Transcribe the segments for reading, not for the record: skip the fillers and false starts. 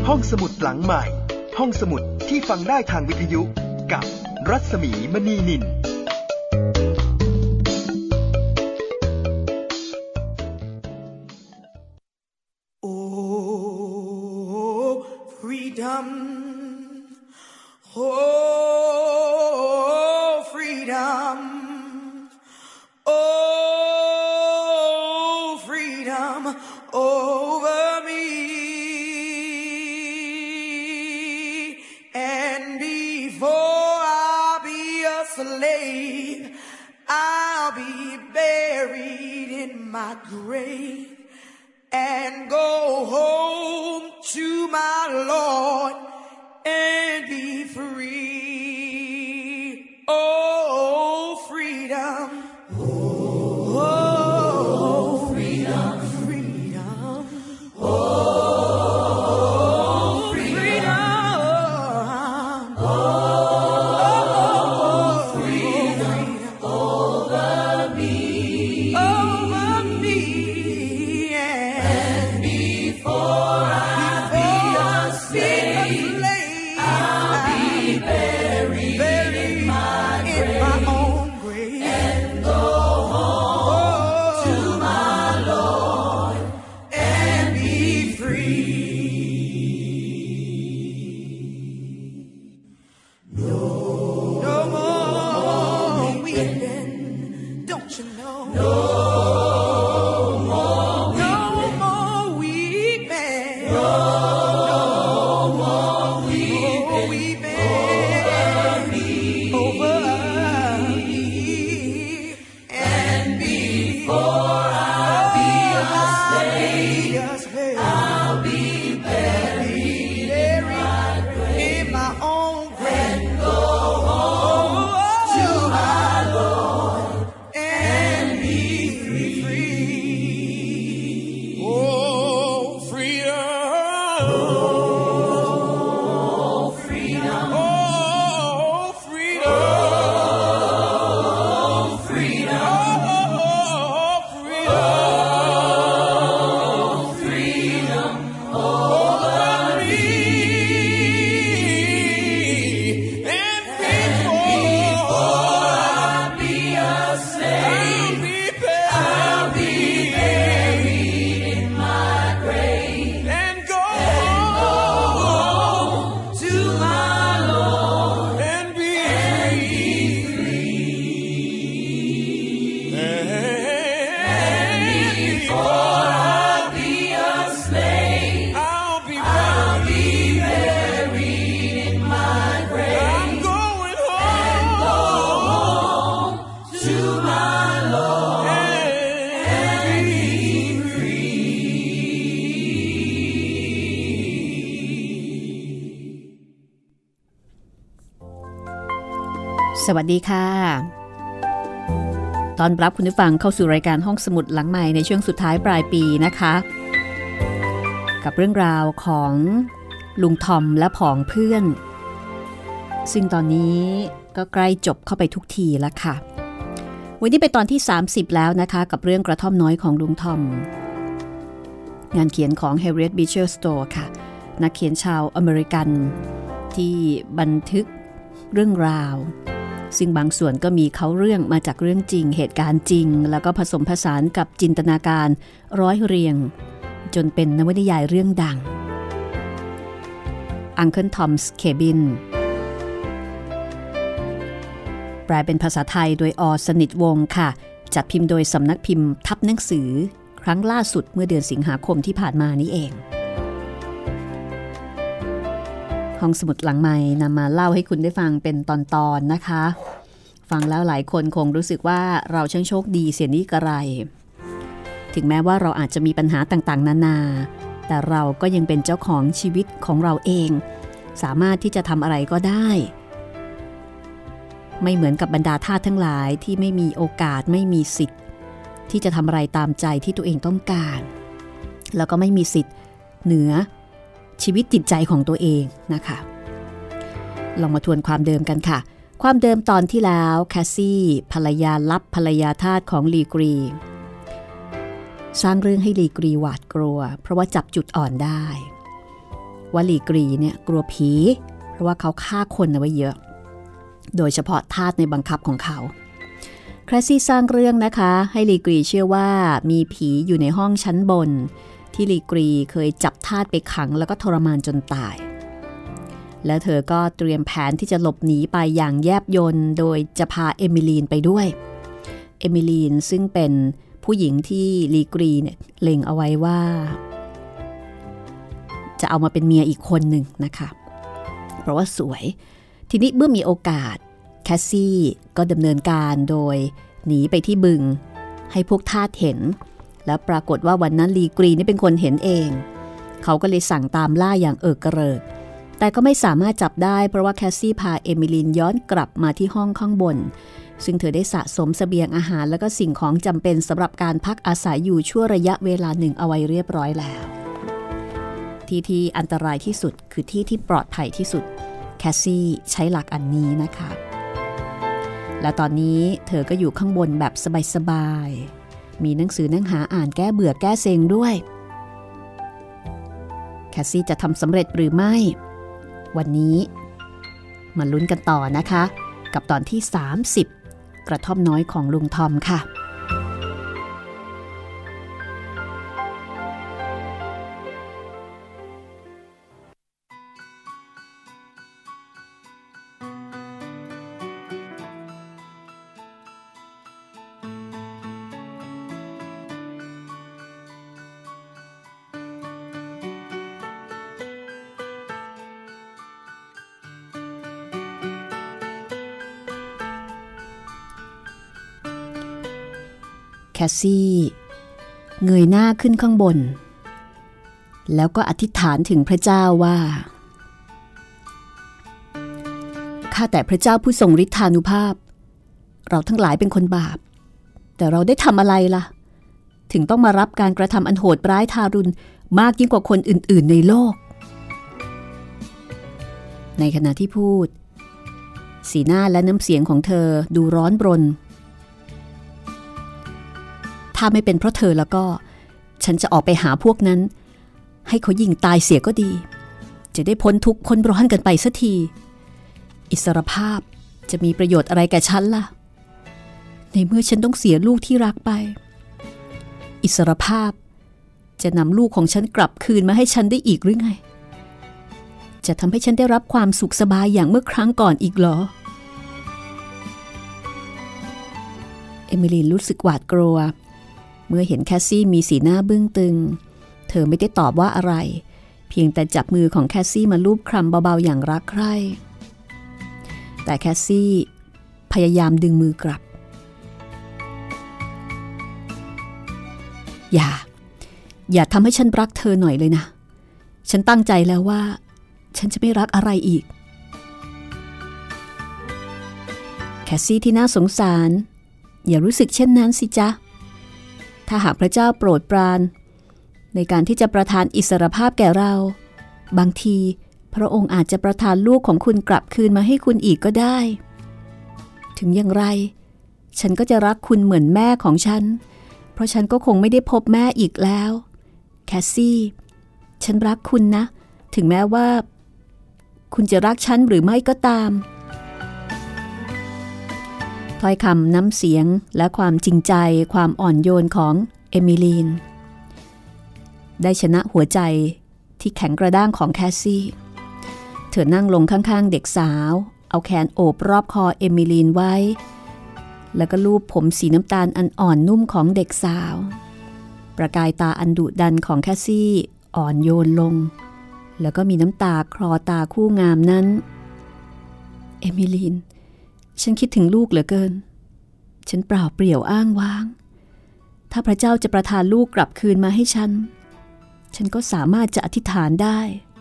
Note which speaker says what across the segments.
Speaker 1: ห้องสมุดหลังใหม่ห้องสมุดที่ฟังได้ทางวิทยุกับรัศมีมณีนิน
Speaker 2: Freedom, oh freedom, oh freedom over me. And before I'll be a slave, I'll be buried in my grave and go home to my Lord and be free. Oh, freedom. Oh, freedom. Freedom. Oh, freedom. Oh, freedom over me. Over me. And before I'll be buried in my own grave and go home to my Lord and be free. No more weeping, don't you know? No more weeping. No more weeping over me. And before I'll be a slave, I'll be buried in my own grave and go home to my Lord and be free. Oh, freedom. Oh, freedom. Oh, freedom. Oh, freedom. Oh, freedom. Oh, freedom over me. And before I'll be a slave, I'll be buried in my grave and go home to my Lord and be free. And before I'll be a slave, I'll be buried in my grave. I'm going home to my Lord and be free.
Speaker 3: สวัสดีค่ะตอนรับคุณผู้ฟังเข้าสู่รายการห้องสมุดหลังใหม่ในช่วงสุดท้ายปลายปีนะคะกับเรื่องราวของลุงทอมและผองเพื่อนซึ่งตอนนี้ก็ใกล้จบเข้าไปทุกทีแล้วค่ะวันนี้เป็นตอนที่30แล้วนะคะกับเรื่องกระท่อมน้อยของลุงทอมงานเขียนของ Harriet Beecher Stowe ค่ะนักเขียนชาวอเมริกันที่บันทึกเรื่องราวซึ่งบางส่วนก็มีเขาเรื่องมาจากเรื่องจริงเหตุการณ์จริงแล้วก็ผสมผสานกับจินตนาการร้อยเรียงจนเป็นนวนิยายเรื่องดัง Uncle Tom's Cabin แปลเป็นภาษาไทยโดยอ.สนิทวงศ์ค่ะจัดพิมพ์โดยสำนักพิมพ์ทับหนังสือครั้งล่าสุดเมื่อเดือนสิงหาคมที่ผ่านมานี้เองห้องสมุดหลังใหม่นำมาเล่าให้คุณได้ฟังเป็นตอนๆนะคะฟังแล้วหลายคนคงรู้สึกว่าเราช่างโชคดีเสียนี้กระไรถึงแม้ว่าเราอาจจะมีปัญหาต่างๆนานาแต่เราก็ยังเป็นเจ้าของชีวิตของเราเองสามารถที่จะทำอะไรก็ได้ไม่เหมือนกับบรรดาทาสทั้งหลายที่ไม่มีโอกาสไม่มีสิทธิ์ที่จะทำอะไรตามใจที่ตัวเองต้องการแล้วก็ไม่มีสิทธิ์เหนือชีวิตจิตใจของตัวเองนะคะลองมาทวนความเดิมกันค่ะความเดิมตอนที่แล้วแคสซี่ภรรยาลับภรรยาทาสของลีกรีสร้างเรื่องให้ลีกรีหวาดกลัวเพราะว่าจับจุดอ่อนได้ว่าลีกรีเนี่ยกลัวผีเพราะว่าเขาฆ่าคนเอาไว้เยอะโดยเฉพาะทาสในบังคับของเขาแคลซี่สร้างเรื่องนะคะให้ลีกรีเชื่อว่ามีผีอยู่ในห้องชั้นบนที่ลีกรีเคยจับทาสไปขังแล้วก็ทรมานจนตายแล้วเธอก็เตรียมแผนที่จะหลบหนีไปอย่างแยบยลโดยจะพาเอมิลีนไปด้วยเอมิลีนซึ่งเป็นผู้หญิงที่ลีกรีเนี่ยเล็งเอาไว้ว่าจะเอามาเป็นเมียอีกคนหนึ่งนะคะเพราะว่าสวยทีนี้เมื่อมีโอกาสแคสซี่ก็ดำเนินการโดยหนีไปที่บึงให้พวกทาสเห็นแล้วปรากฏว่าวันนั้นลีกรีนี่เป็นคนเห็นเองเขาก็เลยสั่งตามล่าอย่างเอิกกระเริกแต่ก็ไม่สามารถจับได้เพราะว่าแคสซี่พาเอมิลีนย้อนกลับมาที่ห้องข้างบนซึ่งเธอได้สะสมเสบียงอาหารและก็สิ่งของจำเป็นสำหรับการพักอาศัยอยู่ชั่วระยะเวลาหนึ่งเอาไว้เรียบร้อยแล้วที่อันตรายที่สุดคือที่ปลอดภัยที่สุดแคสซี่ใช้หลักอันนี้นะคะและตอนนี้เธอก็อยู่ข้างบนแบบสบายๆมีหนังสือนั่งหาอ่านแก้เบื่อแก้เซ็งด้วยแคสซี่จะทำสำเร็จหรือไม่วันนี้มาลุ้นกันต่อนะคะกับตอนที่30กระท่อมน้อยของลุงทอมค่ะแคสซี่เงยหน้าขึ้นข้างบนแล้วก็อธิษฐานถึงพระเจ้าว่าข้าแต่พระเจ้าผู้ทรงฤทธานุภาพเราทั้งหลายเป็นคนบาปแต่เราได้ทำอะไรล่ะถึงต้องมารับการกระทำอันโหดร้ายทารุณมากยิ่งกว่าคนอื่นๆในโลกในขณะที่พูดสีหน้าและน้ำเสียงของเธอดูร้อนรนถ้าไม่เป็นเพราะเธอแล้วก็ฉันจะออกไปหาพวกนั้นให้เขายิงตายเสียก็ดีจะได้พ้นทุกข์พ้นร้อนกันไปสักทีอิสรภาพจะมีประโยชน์อะไรแก่ฉันล่ะในเมื่อฉันต้องเสียลูกที่รักไปอิสรภาพจะนำลูกของฉันกลับคืนมาให้ฉันได้อีกหรือไงจะทำให้ฉันได้รับความสุขสบายอย่างเมื่อครั้งก่อนอีกเหรอเอมิลีนรู้สึกหวาดกลัวเมื่อเห็นแคสซี่มีสีหน้าบึ้งตึงเธอไม่ได้ตอบว่าอะไรเพียงแต่จับมือของแคสซี่มาลูบคลำเบาๆอย่างรักใคร่แต่แคสซี่พยายามดึงมือกลับอย่าทำให้ฉันรักเธอหน่อยเลยนะฉันตั้งใจแล้วว่าฉันจะไม่รักอะไรอีกแคสซี่ที่น่าสงสารอย่ารู้สึกเช่นนั้นสิจ๊ะถ้าหากพระเจ้าโปรดปรานในการที่จะประทานอิสรภาพแก่เราบางทีพระองค์อาจจะประทานลูกของคุณกลับคืนมาให้คุณอีกก็ได้ถึงอย่างไรฉันก็จะรักคุณเหมือนแม่ของฉันเพราะฉันก็คงไม่ได้พบแม่อีกแล้วแคสซี่ฉันรักคุณนะถึงแม้ว่าคุณจะรักฉันหรือไม่ก็ตามถ้อยคำน้ำเสียงและความจริงใจความอ่อนโยนของเอมิลีนได้ชนะหัวใจที่แข็งกระด้างของแคสซี่เธอนั่งลงข้างๆเด็กสาวเอาแขนโอบรอบคอเอมิลีนไว้แล้วก็ลูบผมสีน้ำตาลอันอ่อนนุ่มของเด็กสาวประกายตาอันดุดันของแคสซี่อ่อนโยนลงแล้วก็มีน้ำตาคลอตาคู่งามนั้นเอมิลีนฉันคิดถึงลูกเหลือเกินฉันเปล่าเปลี่ยวอ้างว้างถ้าพระเจ้าจะประทานลูกกลับคืนมาให้ฉันก็สามารถจะอธิษฐานได้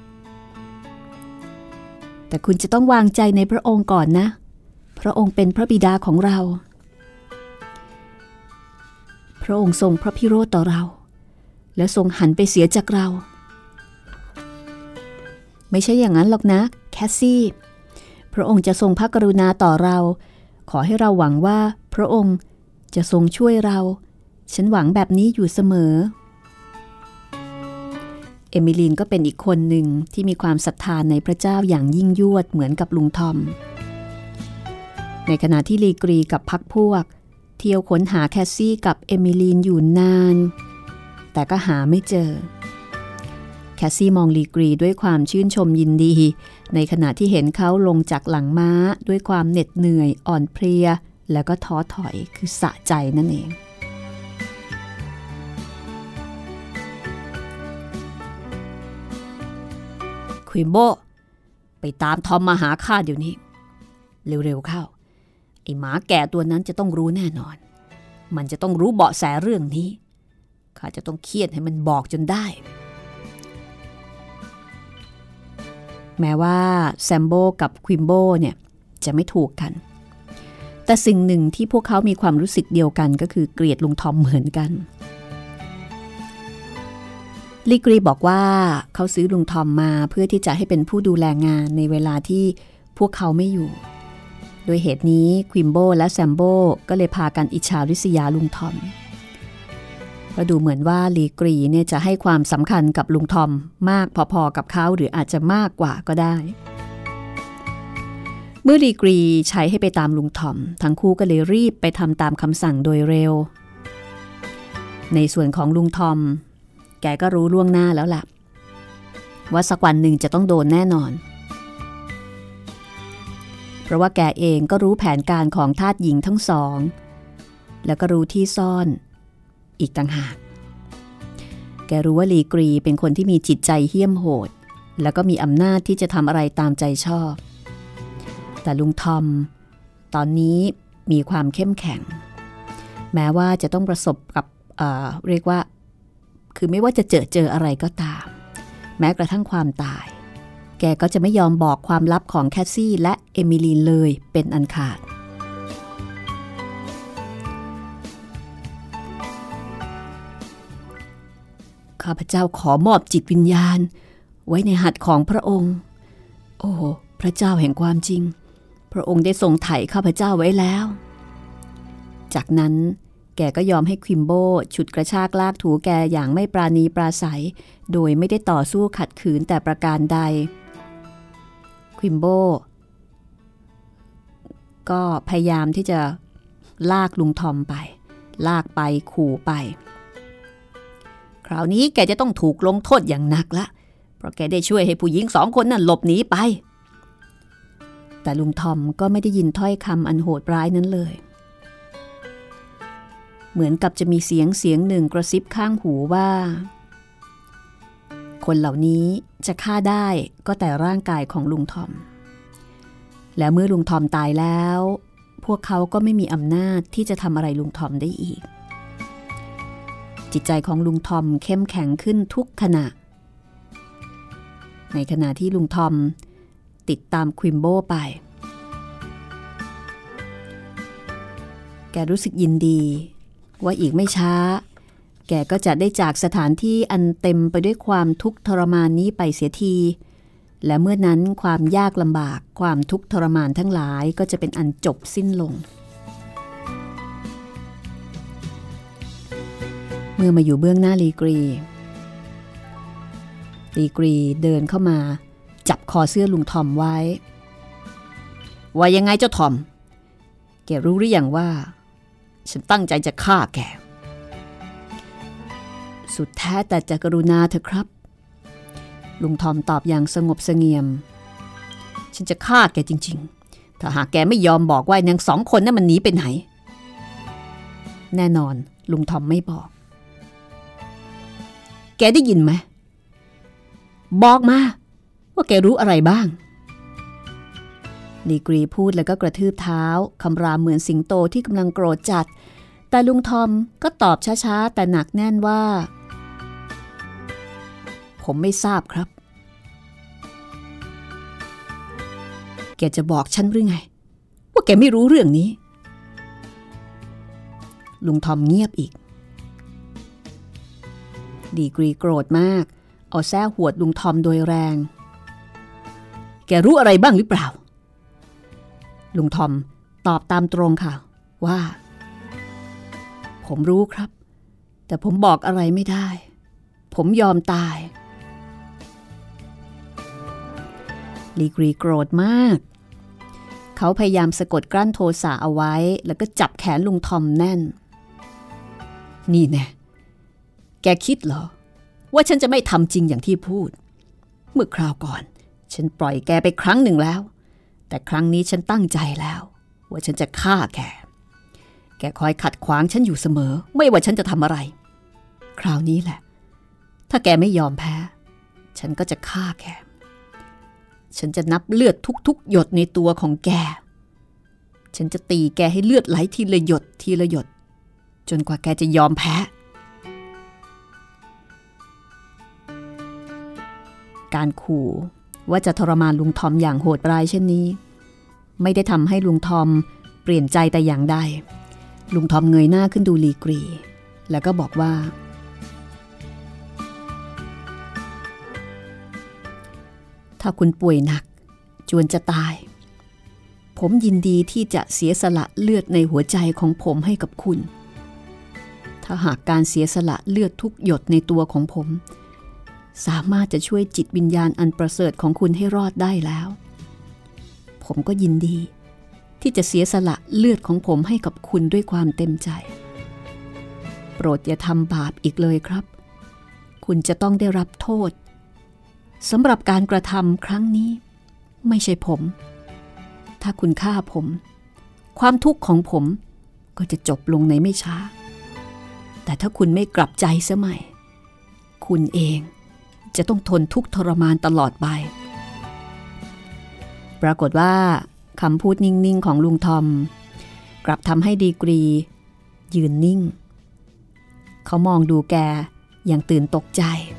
Speaker 3: แต่คุณจะต้องวางใจในพระองค์ก่อนนะพระองค์เป็นพระบิดาของเราพระองค์ทรงพระพิโรธต่อเราและทรงหันไปเสียจากเราไม่ใช่อย่างนั้นหรอกนะแคสซี่พระองค์จะทรงพระกรุณาต่อเราขอให้เราหวังว่าพระองค์จะทรงช่วยเราฉันหวังแบบนี้อยู่เสมอเเอมิลีนก็เป็นอีกคนหนึ่งที่มีความศรัทธาในพระเจ้าอย่างยิ่งยวดเหมือนกับลุงทอมในขณะที่ลีกรีกับพรรคพวกเที่ยวค้นหาแคสซี่กับเอมิลีนอยู่นานแต่ก็หาไม่เจอแคสซี่มองลีกรีด้วยความชื่นชมยินดีในขณะที่เห็นเขาลงจากหลังม้าด้วยความเหน็ดเหนื่อยอ่อนเพลียแล้วก็ท้อถอยคือสะใจนั่นเองควิมโบไปตามทอมมาหาข้าเดี๋ยวนี้เร็วๆเข้าไอ้หมาแก่ตัวนั้นจะต้องรู้แน่นอนมันจะต้องรู้เบาะแสเรื่องนี้ข้าจะต้องเคียดให้มันบอกจนได้แม้ว่าแซมโบกับควิมโบเนี่ยจะไม่ถูกกันแต่สิ่งหนึ่งที่พวกเขามีความรู้สึกเดียวกันก็คือเกลียดลุงทอมเหมือนกันลีกรีบอกว่าเขาซื้อลุงทอมมาเพื่อที่จะให้เป็นผู้ดูแลงานในเวลาที่พวกเขาไม่อยู่โดยเหตุนี้ควิมโบและแซมโบก็เลยพากันอิจฉาริษยาลุงทอมเพราะดูเหมือนว่าลีกรีเนี่ยจะให้ความสำคัญกับลุงทอมมากพอๆกับเขาหรืออาจจะมากกว่าก็ได้เมื่อลีกรีใช้ให้ไปตามลุงทอมทั้งคู่ก็เลยรีบไปทำตามคำสั่งโดยเร็วในส่วนของลุงทอมแกก็รู้ล่วงหน้าแล้วล่ะว่าสักวันหนึ่งจะต้องโดนแน่นอนเพราะว่าแกเองก็รู้แผนการของทาสหญิงทั้งสองแล้วก็รู้ที่ซ่อนอีกต่างหากแกรู้ว่าลีกรีเป็นคนที่มีจิตใจเหี้ยมโหดแล้วก็มีอำนาจที่จะทำอะไรตามใจชอบแต่ลุงทอมตอนนี้มีความเข้มแข็งแม้ว่าจะต้องประสบกับเรียกว่าคือไม่ว่าจะเจออะไรก็ตามแม้กระทั่งความตายแกก็จะไม่ยอมบอกความลับของแคสซี่และเอมิลีนเลยเป็นอันขาดข้าพเจ้าขอมอบจิตวิญญาณไว้ในหัตถ์ของพระองค์โอ้พระเจ้าแห่งความจริงพระองค์ได้ทรงไถ่ข้าพเจ้าไว้แล้วจากนั้นแกก็ยอมให้ควิมโบฉุดกระชากลากถูแกอย่างไม่ปราณีปราศัยโดยไม่ได้ต่อสู้ขัดขืนแต่ประการใดควิมโบก็พยายามที่จะลากลุงทอมไปลากไปขู่ไปคราวนี้แกจะต้องถูกลงโทษอย่างหนักละเพราะแกได้ช่วยให้ผู้หญิง2 คนนั้นหลบหนีไปแต่ลุงทอมก็ไม่ได้ยินถ้อยคำอันโหดร้ายนั้นเลยเหมือนกับจะมีเสียงหนึ่งกระซิบข้างหูว่าคนเหล่านี้จะฆ่าได้ก็แต่ร่างกายของลุงทอมและเมื่อลุงทอมตายแล้วพวกเขาก็ไม่มีอำนาจที่จะทำอะไรลุงทอมได้อีกจิตใจของลุงทอมเข้มแข็งขึ้นทุกขณะในขณะที่ลุงทอมติดตามควิมโบไปแกรู้สึกยินดีว่าอีกไม่ช้าแกก็จะได้จากสถานที่อันเต็มไปด้วยความทุกข์ทรมานนี้ไปเสียทีและเมื่อนั้นความยากลำบากความทุกข์ทรมานทั้งหลายก็จะเป็นอันจบสิ้นลงเมื่อมาอยู่เบื้องหน้าลีกรีเดินเข้ามาจับคอเสื้อลุงทอมไว้ว่ายังไงเจ้าทอมแกรู้หรือยังว่าฉันตั้งใจจะฆ่าแกสุดแท้แต่จะกรุณาเถอะครับลุงทอมตอบอย่างสงบเสงี่ยมฉันจะฆ่าแกจริงๆถ้าหากแกไม่ยอมบอกว่านาง2 คนนั้นมันหนีไปไหนแน่นอนลุงทอมไม่บอกแกได้ยินไหมบอกมาว่าแกรู้อะไรบ้างลีกรีพูดแล้วก็กระทืบเท้าคำรามเหมือนสิงโตที่กำลังโกรธจัดแต่ลุงทอมก็ตอบช้าๆแต่หนักแน่นว่าผมไม่ทราบครับแกจะบอกฉันหรือไงว่าแกไม่รู้เรื่องนี้ลุงทอมเงียบอีกลีกรีโกรธมากเอาแส้หวดลุงทอมโดยแรงแกรู้อะไรบ้างหรือเปล่าลุงทอมตอบตามตรงค่ะว่าผมรู้ครับแต่ผมบอกอะไรไม่ได้ผมยอมตายลีกรีโกรธมากเขาพยายามสะกดกลั้นโทสะเอาไว้แล้วก็จับแขนลุงทอมแน่นนี่แน่แกคิดเหรอว่าฉันจะไม่ทำจริงอย่างที่พูดเมื่อคราวก่อนฉันปล่อยแกไปครั้งหนึ่งแล้วแต่ครั้งนี้ฉันตั้งใจแล้วว่าฉันจะฆ่าแกคอยขัดขวางฉันอยู่เสมอไม่ว่าฉันจะทำอะไรคราวนี้แหละถ้าแกไม่ยอมแพ้ฉันก็จะฆ่าแกฉันจะนับเลือดทุกๆหยดในตัวของแกฉันจะตีแกให้เลือดไหลทีละหยดทีละหยดจนกว่าแกจะยอมแพ้การขู่ว่าจะทรมานลุงทอมอย่างโหดร้ายเช่นนี้ไม่ได้ทำให้ลุงทอมเปลี่ยนใจแต่อย่างใดลุงทอมเงยหน้าขึ้นดูลีกรีแล้วก็บอกว่าถ้าคุณป่วยหนักจวนจะตายผมยินดีที่จะเสียสละเลือดในหัวใจของผมให้กับคุณถ้าหากการเสียสละเลือดทุกหยดในตัวของผมสามารถจะช่วยจิตวิญญาณอันประเสริฐของคุณให้รอดได้แล้วผมก็ยินดีที่จะเสียสละเลือดของผมให้กับคุณด้วยความเต็มใจโปรดอย่าทำบาปอีกเลยครับคุณจะต้องได้รับโทษสำหรับการกระทำครั้งนี้ไม่ใช่ผมถ้าคุณฆ่าผมความทุกข์ของผมก็จะจบลงในไม่ช้าแต่ถ้าคุณไม่กลับใจเสียใหม่คุณเองจะต้องทนทุกข์ทรมานตลอดไปปรากฏว่าคำพูดนิ่งๆของลุงทอมกลับทำให้ดีกรียืนนิ่งเขามองดูแกอย่างตื่นตกใจ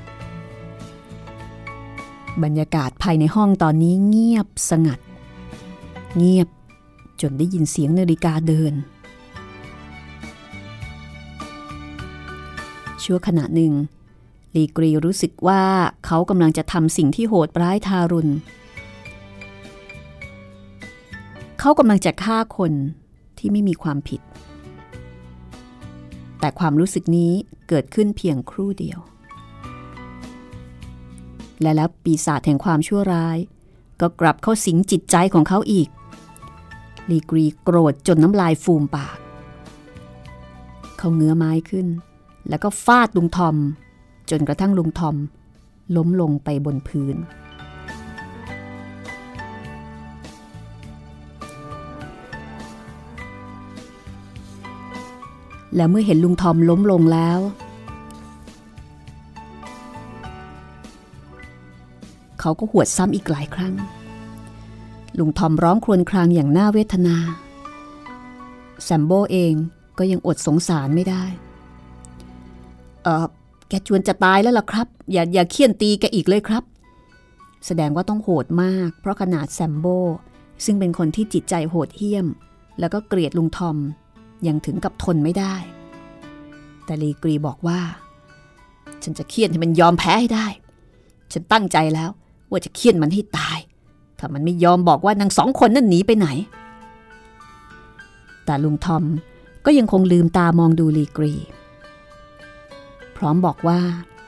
Speaker 3: บรรยากาศภายในห้องตอนนี้เงียบสงัดเงียบจนได้ยินเสียงนาฬิกาเดินชั่วขณะหนึ่งลีกรีรู้สึกว่าเขากำลังจะทำสิ่งที่โหดร้ายทารุณเขากำลังจะฆ่าคนที่ไม่มีความผิดแต่ความรู้สึกนี้เกิดขึ้นเพียงครู่เดียวและแล้วปีศาจแห่งความชั่วร้ายก็กลับเข้าสิงจิตใจของเขาอีกลีกรีโกรธจนน้ำลายฟูมปากเขาเงื้อไม้ขึ้นแล้วก็ฟาดลุงทอมจนกระทั่งลุงทอมล้มลงไปบนพื้นแล้วเมื่อเห็นลุงทอมล้มลงแล้วเขาก็หวดซ้ำอีกหลายครั้งลุงทอมร้องครวญครางอย่างน่าเวทนาแซมโบเองก็ยังอดสงสารไม่ได้แกจวนจะตายแล้วล่ะครับอย่าเคี่ยนตีแกอีกเลยครับแสดงว่าต้องโหดมากเพราะขนาดแซมโบซึ่งเป็นคนที่จิตใจโหดเหี้ยมแล้วก็เกลียดลุงทอมยังถึงกับทนไม่ได้แต่ลีกรีบอกว่าฉันจะเคี่ยนให้มันยอมแพ้ให้ได้ฉันตั้งใจแล้วว่าจะเคี่ยนมันให้ตายถ้ามันไม่ยอมบอกว่านางสองคนนั่นหนีไปไหนแต่ลุงทอมก็ยังคงลืมตามองดูลีกรีพร้อมบอกว่า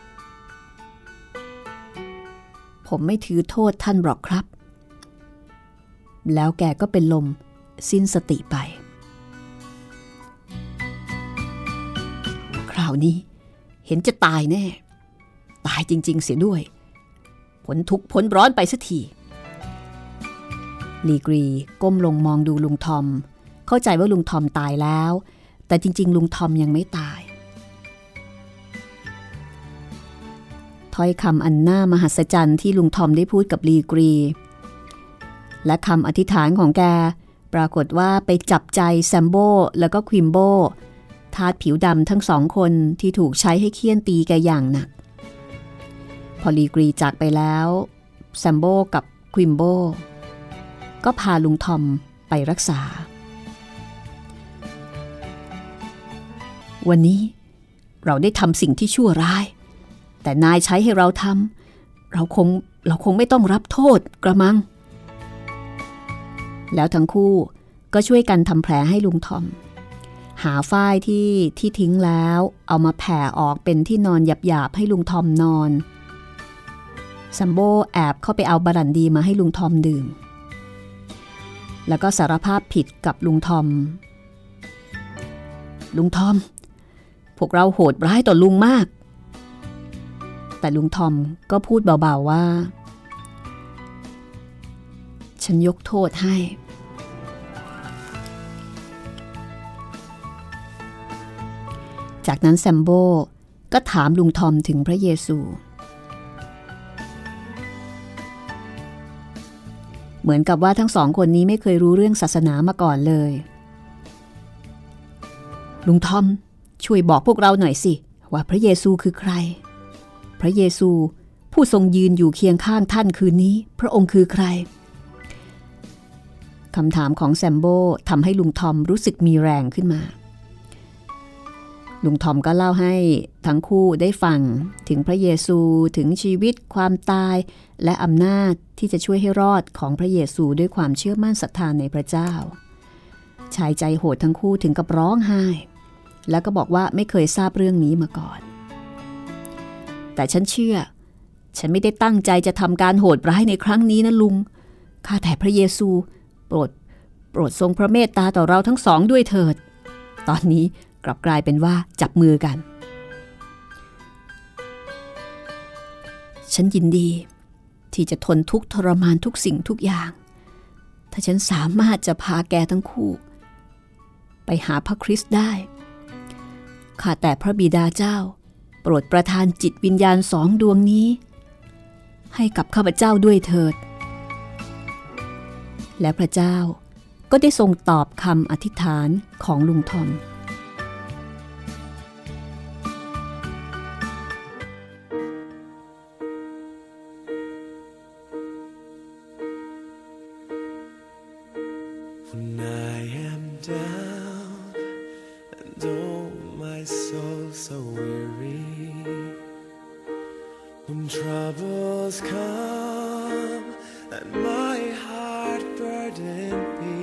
Speaker 3: ผมไม่ถือโทษท่านหรอกครับแล้วแกก็เป็นลมสิ้นสติไปคราวนี้เห็นจะตายแน่ตายจริงๆเสียด้วยพ้นทุกข์พ้นร้อนไปสักทีลีกรีก้มลงมองดูลุงทอมเข้าใจว่าลุงทอมตายแล้วแต่จริงๆลุงทอมยังไม่ตายถ้อยคำอันน่ามหัศจรรย์ที่ลุงทอมได้พูดกับลีกรีและคำอธิษฐานของแกปรากฏว่าไปจับใจแซมโบแล้วก็ควิมโบทาสผิวดำทั้งสองคนที่ถูกใช้ให้เคี่ยนตีแกอย่างหนักพอลีกรีจากไปแล้วแซมโบกับควิมโบก็พาลุงทอมไปรักษาวันนี้เราได้ทำสิ่งที่ชั่วร้ายแต่นายใช้ให้เราทำเราคงไม่ต้องรับโทษกระมังแล้วทั้งคู่ก็ช่วยกันทำแผลให้ลุงทอมหาฝ้ายที่ทิ้งแล้วเอามาแผ่ออกเป็นที่นอนหยาบๆให้ลุงทอมนอนแซมโบ้แอบเข้าไปเอาบรันดีมาให้ลุงทอมดื่มแล้วก็สารภาพผิดกับลุงทอมพวกเราโหดร้ายต่อลุงมากแต่ลุงทอมก็พูดเบาๆว่าฉันยกโทษให้จากนั้นแซมโบ้ก็ถามลุงทอมถึงพระเยซูเหมือนกับว่าทั้งสองคนนี้ไม่เคยรู้เรื่องศาสนามาก่อนเลยลุงทอมช่วยบอกพวกเราหน่อยสิว่าพระเยซูคือใครพระเยซูผู้ทรงยืนอยู่เคียงข้างท่านคืนนี้พระองค์คือใครคำถามของแซมโบ้ทำให้ลุงทอมรู้สึกมีแรงขึ้นมาลุงทอมก็เล่าให้ทั้งคู่ได้ฟังถึงพระเยซูถึงชีวิตความตายและอำนาจที่จะช่วยให้รอดของพระเยซูด้วยความเชื่อมั่นศรัทธาในพระเจ้าชายใจโหดทั้งคู่ถึงกับร้องไห้แล้วก็บอกว่าไม่เคยทราบเรื่องนี้มาก่อนแต่ฉันเชื่อฉันไม่ได้ตั้งใจจะทำการโหดร้ายในครั้งนี้นะลุงข้าแต่พระเยซูโปรดทรงพระเมตตาต่อเราทั้งสองด้วยเถิดตอนนี้กลับกลายเป็นว่าจับมือกันฉันยินดีที่จะทนทุกข์ทรมานทุกสิ่งทุกอย่างถ้าฉันสามารถจะพาแกทั้งคู่ไปหาพระคริสต์ได้ข้าแต่พระบิดาเจ้าโปรดประทานจิตวิญญาณสองดวงนี้ให้กับข้าพเจ้าด้วยเถิดและพระเจ้าก็ได้ทรงตอบคำอธิษฐานของลุงทอม
Speaker 2: When I am down and oh my soul so weary, when troubles come and my heart burden me,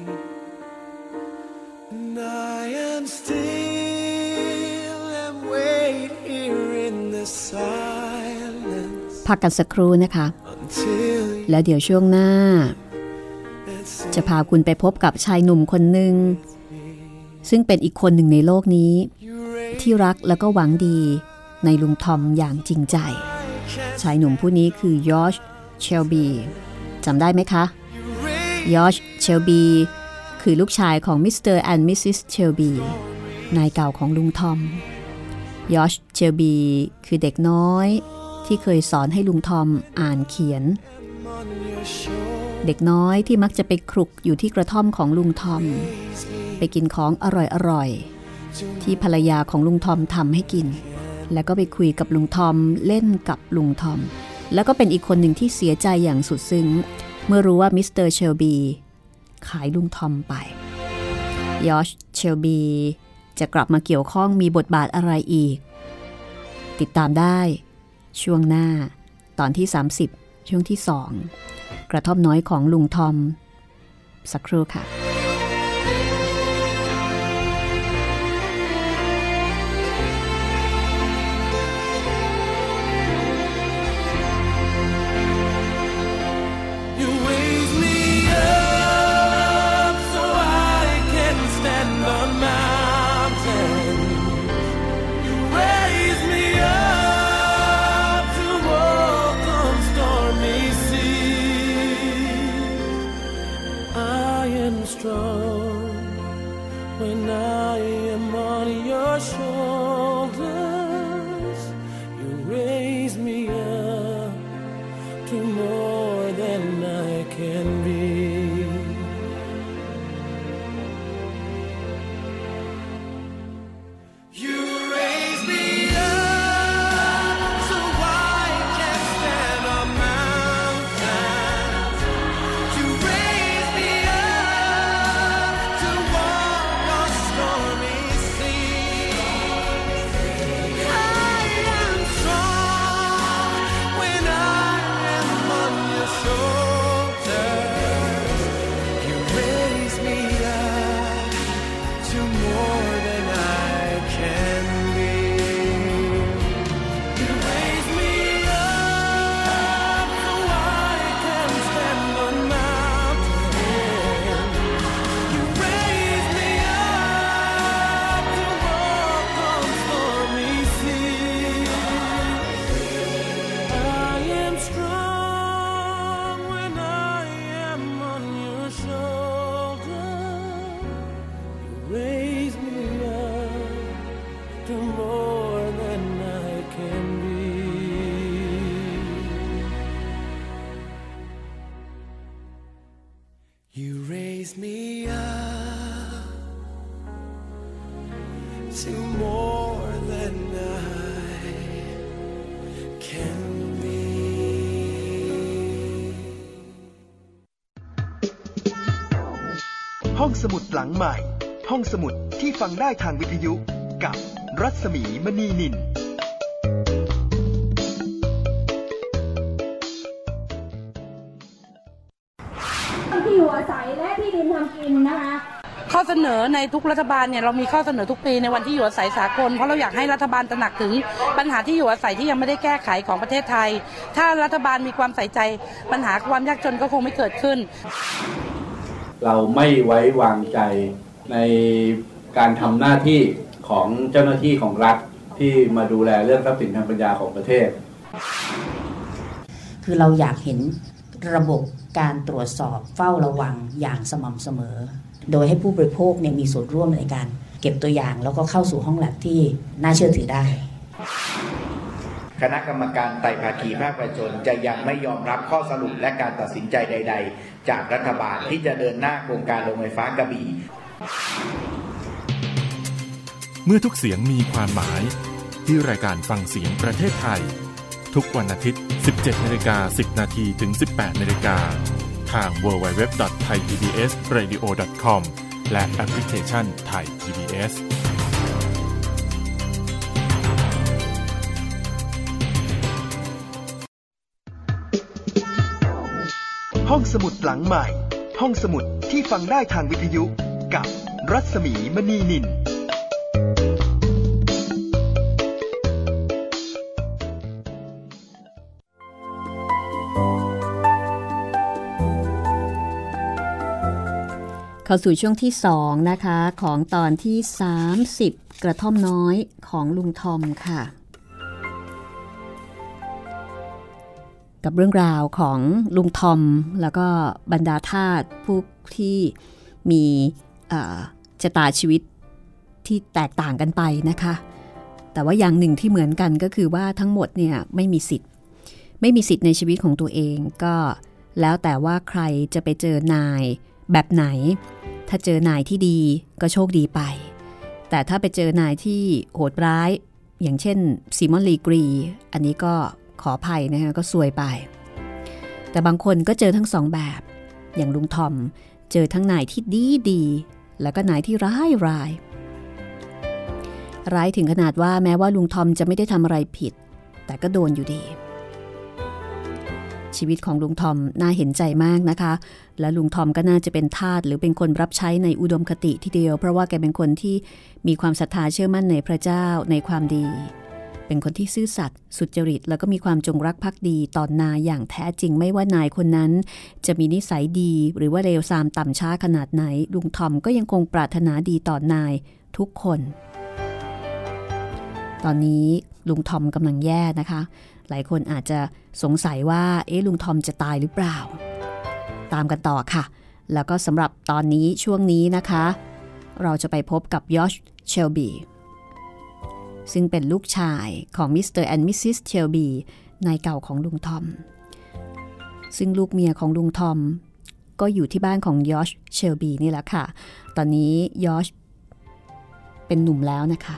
Speaker 2: and I am still and wait here in the silence
Speaker 3: พักกันสักครู่นะคะ
Speaker 2: until
Speaker 3: แล้วเดี๋ยวช่วงหน้าจะพาคุณไปพบกับชายหนุ่มคนหนึ่งซึ่งเป็นอีกคนหนึ่งในโลกนี้ที่รักแล้วก็หวังดีในลุงทอมอย่างจริงใจชายหนุ่มผู้นี้คือยอร์จเชลบีจำได้ไหมคะยอร์จเชลบีคือลูกชายของมิสเตอร์แอนด์มิสซิสเชลบีนายเก่าของลุงทอมยอร์จเชลบีคือเด็กน้อยที่เคยสอนให้ลุงทอมอ่านเขียนเด็กน้อยที่มักจะไปคลุกอยู่ที่กระท่อมของลุงทอมไปกินของอร่อยๆที่ภรรยาของลุงทอมทำให้กินแล้วก็ไปคุยกับลุงทอมเล่นกับลุงทอมแล้วก็เป็นอีกคนหนึ่งที่เสียใจอย่างสุดซึ้งเมื่อรู้ว่ามิสเตอร์เชลบีขายลุงทอมไปยอร์จเชลบีจะกลับมาเกี่ยวข้องมีบทบาทอะไรอีกติดตามได้ช่วงหน้าตอนที่30ช่วงที่2กระท่อมน้อยของลุงทอมสักครู่ค่ะ
Speaker 2: I am raise me up to more than I can be.
Speaker 1: ห้องสมุดหลังใหม่ห้องสมุดที่ฟังได้ทางวิทยุกับรัศมีมณีนิน
Speaker 4: ที่อยู่อาศัยและที่ดินทำกินนะคะ
Speaker 5: ข้อเสนอในทุกรัฐบาลเนี่ยเรามีข้อเสนอทุกปีในวันที่อยู่อาศัยสากลเพราะเราอยากให้รัฐบาลตระหนักถึงปัญหาที่อยู่อาศัยที่ยังไม่ได้แก้ไขของประเทศไทยถ้ารัฐบาลมีความใส่ใจปัญหาความยากจนก็คงไม่เกิดขึ้น
Speaker 6: เราไม่ไว้วางใจในการทำหน้าที่ของเจ้าหน้าที่ของรัฐที่มาดูแลเรื่องทรัพย์สินทางปัญญาของประเทศ
Speaker 7: คือเราอยากเห็นระบบการตรวจสอบเฝ้าระวังอย่างสม่ำเสมอโดยให้ผู้บริโภคเนี่ยมีส่วนร่วมในการเก็บตัวอย่างแล้วก็เข้าสู่ห้องแลบที่น่าเชื่อถือได้
Speaker 8: คณะกรรมการไต่ภาคีภาคประชาชนจะยังไม่ยอมรับข้อสรุปและการตัดสินใจใดๆจากรัฐบาลที่จะเดินหน้าโครงการโรงไฟฟ้ากระบี่
Speaker 9: เมื่อทุกเสียงมีความหมายที่รายการฟังเสียงประเทศไทยทุกวันอาทิตย์ 17:10 น.ถึง 18:00 น.ทาง www.thaipbsradio.com และแอปพลิเคชัน Thai PBS
Speaker 1: ห้องสมุดหลังใหม่ห้องสมุดที่ฟังได้ทางวิทยุกับรัศมีมณีนิน
Speaker 3: เข้าสู่ช่วงที่2นะคะของตอนที่30กระท่อมน้อยของลุงทอมค่ะกับเรื่องราวของลุงทอมแล้วก็บรรดาทาสผู้ที่มีชะตาชีวิตที่แตกต่างกันไปนะคะแต่ว่าอย่างหนึ่งที่เหมือนกันก็คือว่าทั้งหมดเนี่ยไม่มีสิทธิ์ในชีวิตของตัวเองก็แล้วแต่ว่าใครจะไปเจอนายแบบไหนถ้าเจอนายที่ดีก็โชคดีไปแต่ถ้าไปเจอนายที่โหดร้ายอย่างเช่นซีมอนลีกรีอันนี้ก็ขออภัยนะคะก็ซวยไปแต่บางคนก็เจอทั้งสองแบบอย่างลุงทอมเจอทั้งนายที่ดีแล้วก็นายที่ร้ายถึงขนาดว่าแม้ว่าลุงทอมจะไม่ได้ทำอะไรผิดแต่ก็โดนอยู่ดีชีวิตของลุงทอมน่าเห็นใจมากนะคะและลุงทอมก็น่าจะเป็นทาสหรือเป็นคนรับใช้ในอุดมคติทีเดียวเพราะว่าแกเป็นคนที่มีความศรัทธาเชื่อมั่นในพระเจ้าในความดีเป็นคนที่ซื่อสัตย์สุจริตแล้วก็มีความจงรักภักดีต่อนายอย่างแท้จริงไม่ว่านายคนนั้นจะมีนิสัยดีหรือว่าเลวทรามต่ำช้าขนาดไหนลุงทอมก็ยังคงปรารถนาดีต่อนายทุกคนตอนนี้ลุงทอมกำลังแย่นะคะหลายคนอาจจะสงสัยว่าลุงทอมจะตายหรือเปล่าตามกันต่อค่ะแล้วก็สำหรับตอนนี้ช่วงนี้นะคะเราจะไปพบกับยอชเชลบีซึ่งเป็นลูกชายของมิสเตอร์แอนด์มิสซิสเชลบีนายเก่าของลุงทอมซึ่งลูกเมียของลุงทอมก็อยู่ที่บ้านของยอชเชลบีนี่แหละค่ะตอนนี้ยอชเป็นหนุ่มแล้วนะคะ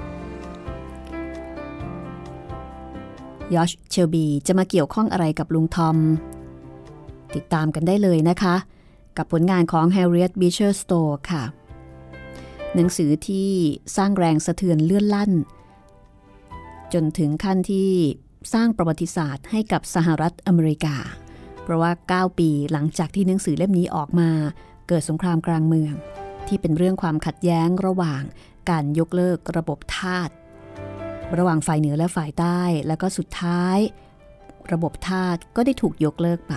Speaker 3: ยอชเชลบีจะมาเกี่ยวข้องอะไรกับลุงทอมติดตามกันได้เลยนะคะกับผลงานของ Harriet Beecher Stowe ค่ะหนังสือที่สร้างแรงสะเทือนเลื่อนลั่นจนถึงขั้นที่สร้างประวัติศาสตร์ให้กับสหรัฐอเมริกาเพราะว่า9ปีหลังจากที่หนังสือเล่มนี้ออกมาเกิดสงครามกลางเมืองที่เป็นเรื่องความขัดแย้งระหว่างการยกเลิกระบบทาสระหว่างฝ่ายเหนือและฝ่ายใต้แล้วก็สุดท้ายระบบทาสก็ได้ถูกยกเลิกไป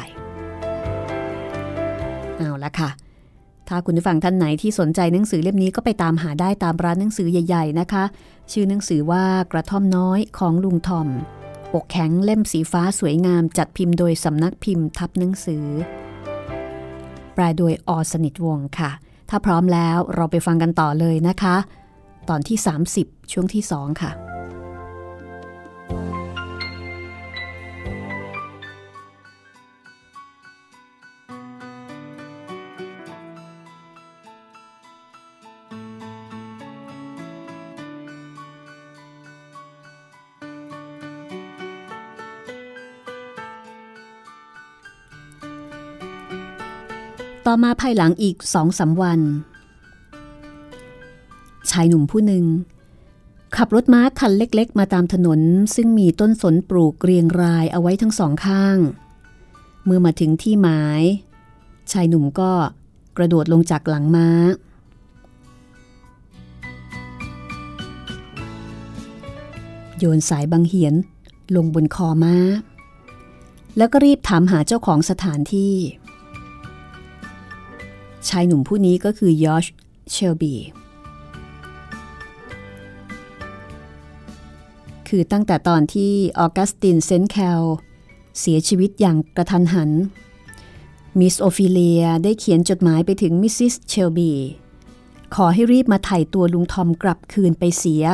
Speaker 3: เอาละค่ะถ้าคุณผู้ฟังท่านไหนที่สนใจหนังสือเล่มนี้ก็ไปตามหาได้ตามร้านหนังสือใหญ่ๆนะคะชื่อหนังสือว่ากระท่อมน้อยของลุงทอมปกแข็งเล่มสีฟ้าสวยงามจัดพิมพ์โดยสำนักพิมพ์ทับหนังสือแปลโดยอ.สนิทวงศ์ค่ะถ้าพร้อมแล้วเราไปฟังกันต่อเลยนะคะตอนที่30ช่วงที่2ค่ะต่อมาภายหลังอีก2-3 วันชายหนุ่มผู้หนึ่งขับรถม้าคันเล็กๆมาตามถนนซึ่งมีต้นสนปลูกเรียงรายเอาไว้ทั้งสองข้างเมื่อมาถึงที่หมายชายหนุ่มก็กระโดดลงจากหลังม้าโยนสายบังเหียนลงบนคอม้าแล้วก็รีบถามหาเจ้าของสถานที่ชายหนุ่มผู้นี้ก็คือยอชเชลบีคือตั้งแต่ตอนที่ออกัสตินเซนต์แคลเสียชีวิตอย่างกระทันหันมิสโอฟิเลียได้เขียนจดหมายไปถึงมิสซิสเชลบีขอให้รีบมาไถ่ตัวลุงทอมกลับคืนไปเสีย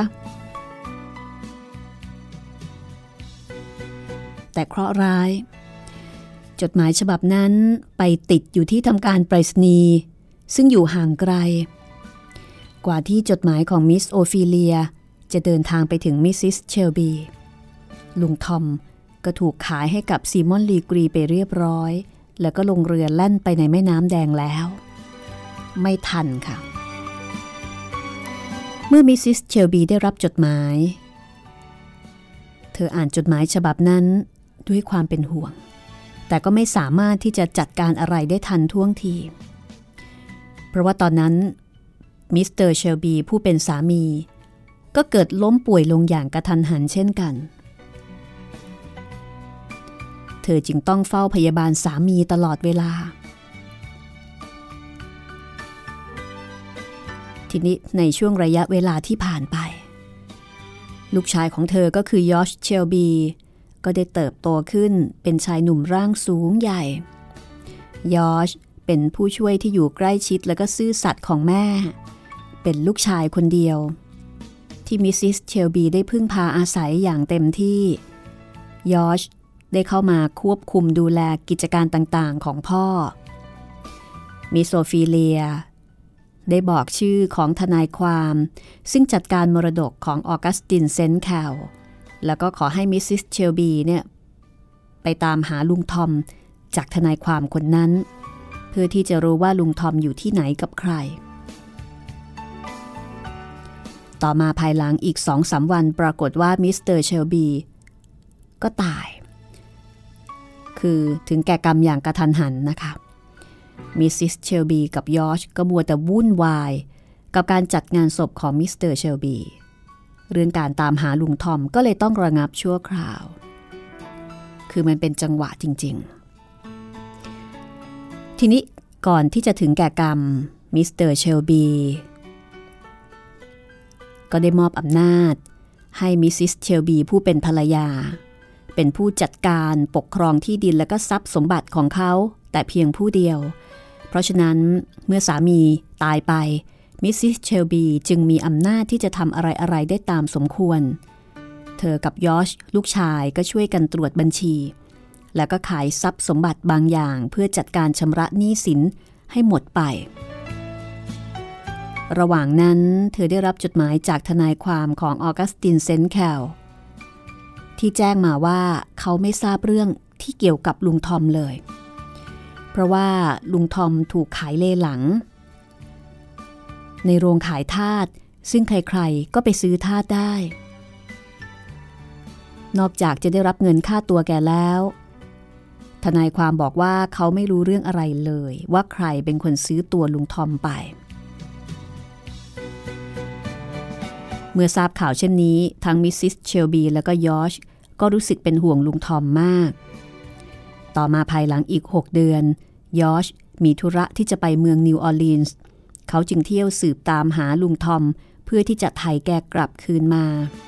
Speaker 3: แต่เคราะห์ร้ายจดหมายฉบับนั้นไปติดอยู่ที่ทำการไปรษณีย์ซึ่งอยู่ห่างไกลกว่าที่จดหมายของมิสโอฟิเลียจะเดินทางไปถึงมิสซิสเชลบีลุงทอมก็ถูกขายให้กับซีมอนลีกรีไปเรียบร้อยแล้วก็ลงเรือแล่นไปในแม่น้ำแดงแล้วไม่ทันค่ะเมื่อมิสซิสเชลบีได้รับจดหมายเธออ่านจดหมายฉบับนั้นด้วยความเป็นห่วงแต่ก็ไม่สามารถที่จะจัดการอะไรได้ทันท่วงทีเพราะว่าตอนนั้นมิสเตอร์เชลบีผู้เป็นสามีก็เกิดล้มป่วยลงอย่างกระทันหันเช่นกันเธอจึงต้องเฝ้าพยาบาลสามีตลอดเวลาทีนี้ในช่วงระยะเวลาที่ผ่านไปลูกชายของเธอก็คือยอชเชลบีก็ได้เติบโตขึ้นเป็นชายหนุ่มร่างสูงใหญ่ยอชเป็นผู้ช่วยที่อยู่ใกล้ชิดและก็ซื่อสัตย์ของแม่เป็นลูกชายคนเดียวที่มิสซิสเชลบีได้พึ่งพาอาศัยอย่างเต็มที่ยอชได้เข้ามาควบคุมดูแลกิจการต่างๆของพ่อมิสโซฟีเลียได้บอกชื่อของทนายความซึ่งจัดการมรดกของออกัสตินเซนต์แคลแล้วก็ขอให้มิสซิสเชลบีเนี่ยไปตามหาลุงทอมจากทนายความคนนั้นเพื่อที่จะรู้ว่าลุงทอมอยู่ที่ไหนกับใครต่อมาภายหลังอีก 2-3 วันปรากฏว่ามิสเตอร์เชลบีก็ตายคือถึงแก่กรรมอย่างกระทันหันนะคะมิสซิสเชลบีกับยอชก็มัวแต่วุ่นวายกับการจัดงานศพของมิสเตอร์เชลบีเรื่องการตามหาลุงทอมก็เลยต้องระงับชั่วคราวคือมันเป็นจังหวะจริงๆทีนี้ก่อนที่จะถึงแก่กรรมมิสเตอร์เชลบีก็ได้มอบอำนาจให้มิสซิสเชลบีผู้เป็นภรรยาเป็นผู้จัดการปกครองที่ดินและก็ทรัพย์สมบัติของเขาแต่เพียงผู้เดียวเพราะฉะนั้นเมื่อสามีตายไปมิสซิสเชลบีจึงมีอำนาจที่จะทำอะไรๆได้ตามสมควรเธอกับยอชลูกชายก็ช่วยกันตรวจบัญชีแล้วก็ขายทรัพย์สมบัติบางอย่างเพื่อจัดการชำระหนี้สินให้หมดไประหว่างนั้นเธอได้รับจดหมายจากทนายความของออกัสตินเซนต์แคลที่แจ้งมาว่าเขาไม่ทราบเรื่องที่เกี่ยวกับลุงทอมเลยเพราะว่าลุงทอมถูกขายเลหลังในโรงขายทาสซึ่งใครๆก็ไปซื้อทาสได้นอกจากจะได้รับเงินค่าตัวแกแล้วทนายความบอกว่าเขาไม่รู้เรื่องอะไรเลยว่าใครเป็นคนซื้อตัวลุงทอมไปเมื่อทราบข่าวเช่นนี้ทั้งมิสซิสเชลบีและก็ยอชก็รู้สึกเป็นห่วงลุงทอมมากต่อมาภายหลังอีก6 เดือนยอชมีธุระที่จะไปเมืองนิวออร์ลีนส์เขาจึงเที่ยวสืบตามหาลุงทอมเพื่อที่จะไถ่แกกลับคืนมา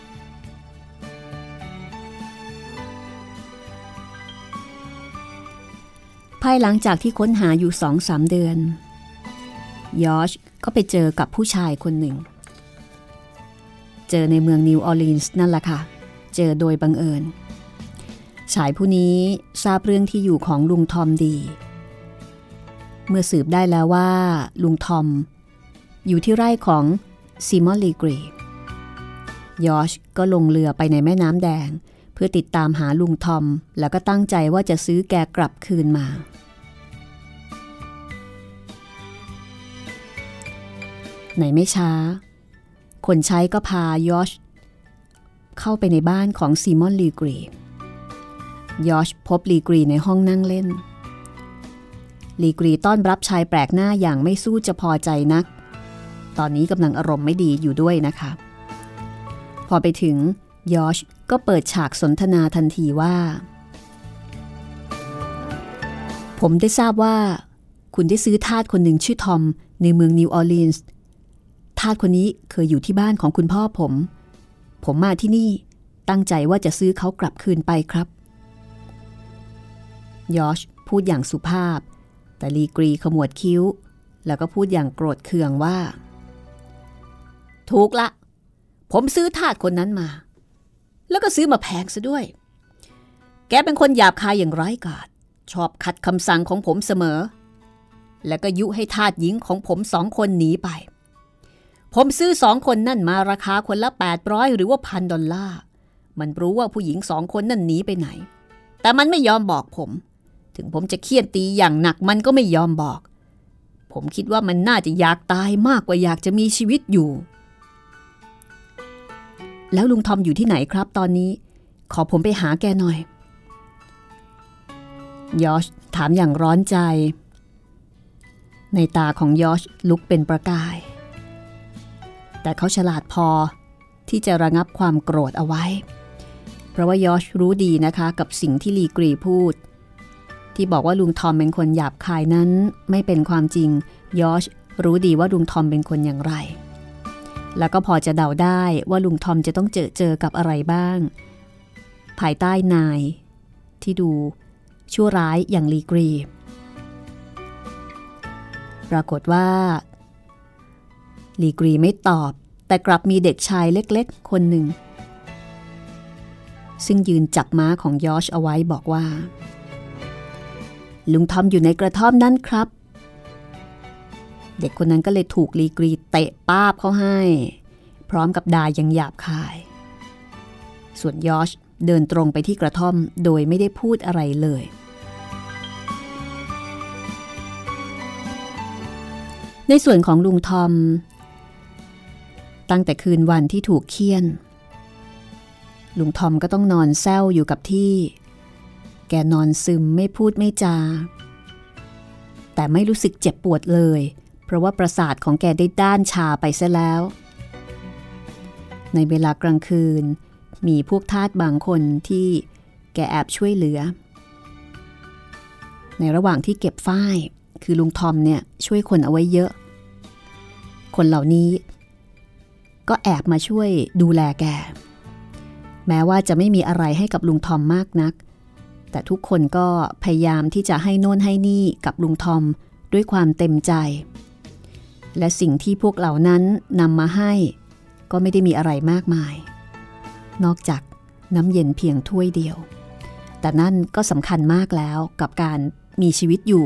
Speaker 3: ภายหลังจากที่ค้นหาอยู่ 2-3 เดือนยอชก็ไปเจอกับผู้ชายคนหนึ่งเจอในเมืองนิวออร์ลีนส์นั่นแหละค่ะเจอโดยบังเอิญชายผู้นี้ทราบเรื่องที่อยู่ของลุงทอมดีเมื่อสืบได้แล้วว่าลุงทอมอยู่ที่ไร่ของซีมอนลีกรียอชก็ลงเรือไปในแม่น้ำแดงเพื่อติดตามหาลุงทอมแล้วก็ตั้งใจว่าจะซื้อแกกลับคืนมาไหนไม่ช้าคนใช้ก็พายอชเข้าไปในบ้านของซีมอนลีกรียอชพบลีกรีในห้องนั่งเล่นลีกรีต้อนรับชายแปลกหน้าอย่างไม่สู้จะพอใจนักตอนนี้กำลังอารมณ์ไม่ดีอยู่ด้วยนะคะพอไปถึงยอชก็เปิดฉากสนทนาทันทีว่าผมได้ทราบว่าคุณได้ซื้อทาสคนหนึ่งชื่อทอมในเมืองนิวออร์ลีนส์ทาสคนนี้เคยอยู่ที่บ้านของคุณพ่อผมมาที่นี่ตั้งใจว่าจะซื้อเขากลับคืนไปครับยอชพูดอย่างสุภาพแต่ลีกรีขมวดคิ้วแล้วก็พูดอย่างโกรธเคืองว่าถูกละผมซื้อทาสคนนั้นมาแล้วก็ซื้อมาแพงซะด้วยแกเป็นคนหยาบคายอย่างไร้กาจชอบขัดคำสั่งของผมเสมอแล้วก็ยุให้ทาสหญิงของผม2 คนหนีไปผมซื้อ2 คนนั่นมาราคาคนละ800หรือว่า$1,000มันรู้ว่าผู้หญิง2 คนนั่นหนีไปไหนแต่มันไม่ยอมบอกผมถึงผมจะเคี่ยนตีอย่างหนักมันก็ไม่ยอมบอกผมคิดว่ามันน่าจะอยากตายมากกว่าอยากจะมีชีวิตอยู่แล้วลุงทอมอยู่ที่ไหนครับตอนนี้ขอผมไปหาแกหน่อยยอชถามอย่างร้อนใจในตาของยอชลุกเป็นประกายแต่เขาฉลาดพอที่จะระงับความโกรธเอาไว้เพราะว่ายอชรู้ดีนะคะกับสิ่งที่ลีกรีพูดที่บอกว่าลุงทอมเป็นคนหยาบคายนั้นไม่เป็นความจริงยอชรู้ดีว่าลุงทอมเป็นคนอย่างไรแล้วก็พอจะเดาได้ว่าลุงทอมจะต้องเจอกับอะไรบ้างภายใต้นายที่ดูชั่วร้ายอย่างลีกรีปรากฏว่าลีกรีไม่ตอบแต่กลับมีเด็กชายเล็กๆคนหนึ่งซึ่งยืนจับม้าของยอชเอาไว้บอกว่าลุงทอมอยู่ในกระท่อมนั่นครับเด็กคนนั้นก็เลยถูกลีกรีเตะป้าบเขาให้พร้อมกับด่าอย่างหยาบคายส่วนยอชเดินตรงไปที่กระท่อมโดยไม่ได้พูดอะไรเลยในส่วนของลุงทอมตั้งแต่คืนวันที่ถูกเฆี่ยนลุงทอมก็ต้องนอนแส้วอยู่กับที่แกนอนซึมไม่พูดไม่จาแต่ไม่รู้สึกเจ็บปวดเลยเพราะว่าประสาทของแกได้ด้านชาไปซะแล้วในเวลากลางคืนมีพวกทาสบางคนที่แกแอบช่วยเหลือในระหว่างที่เก็บฝ้ายคือลุงทอมเนี่ยช่วยคนเอาไว้เยอะคนเหล่านี้ก็แอบมาช่วยดูแลแกแม้ว่าจะไม่มีอะไรให้กับลุงทอมมากนักแต่ทุกคนก็พยายามที่จะให้โน่นให้นี่กับลุงทอมด้วยความเต็มใจและสิ่งที่พวกเหล่านั้นนำมาให้ก็ไม่ได้มีอะไรมากมายนอกจากน้ำเย็นเพียงถ้วยเดียวแต่นั่นก็สำคัญมากแล้วกับการมีชีวิตอยู่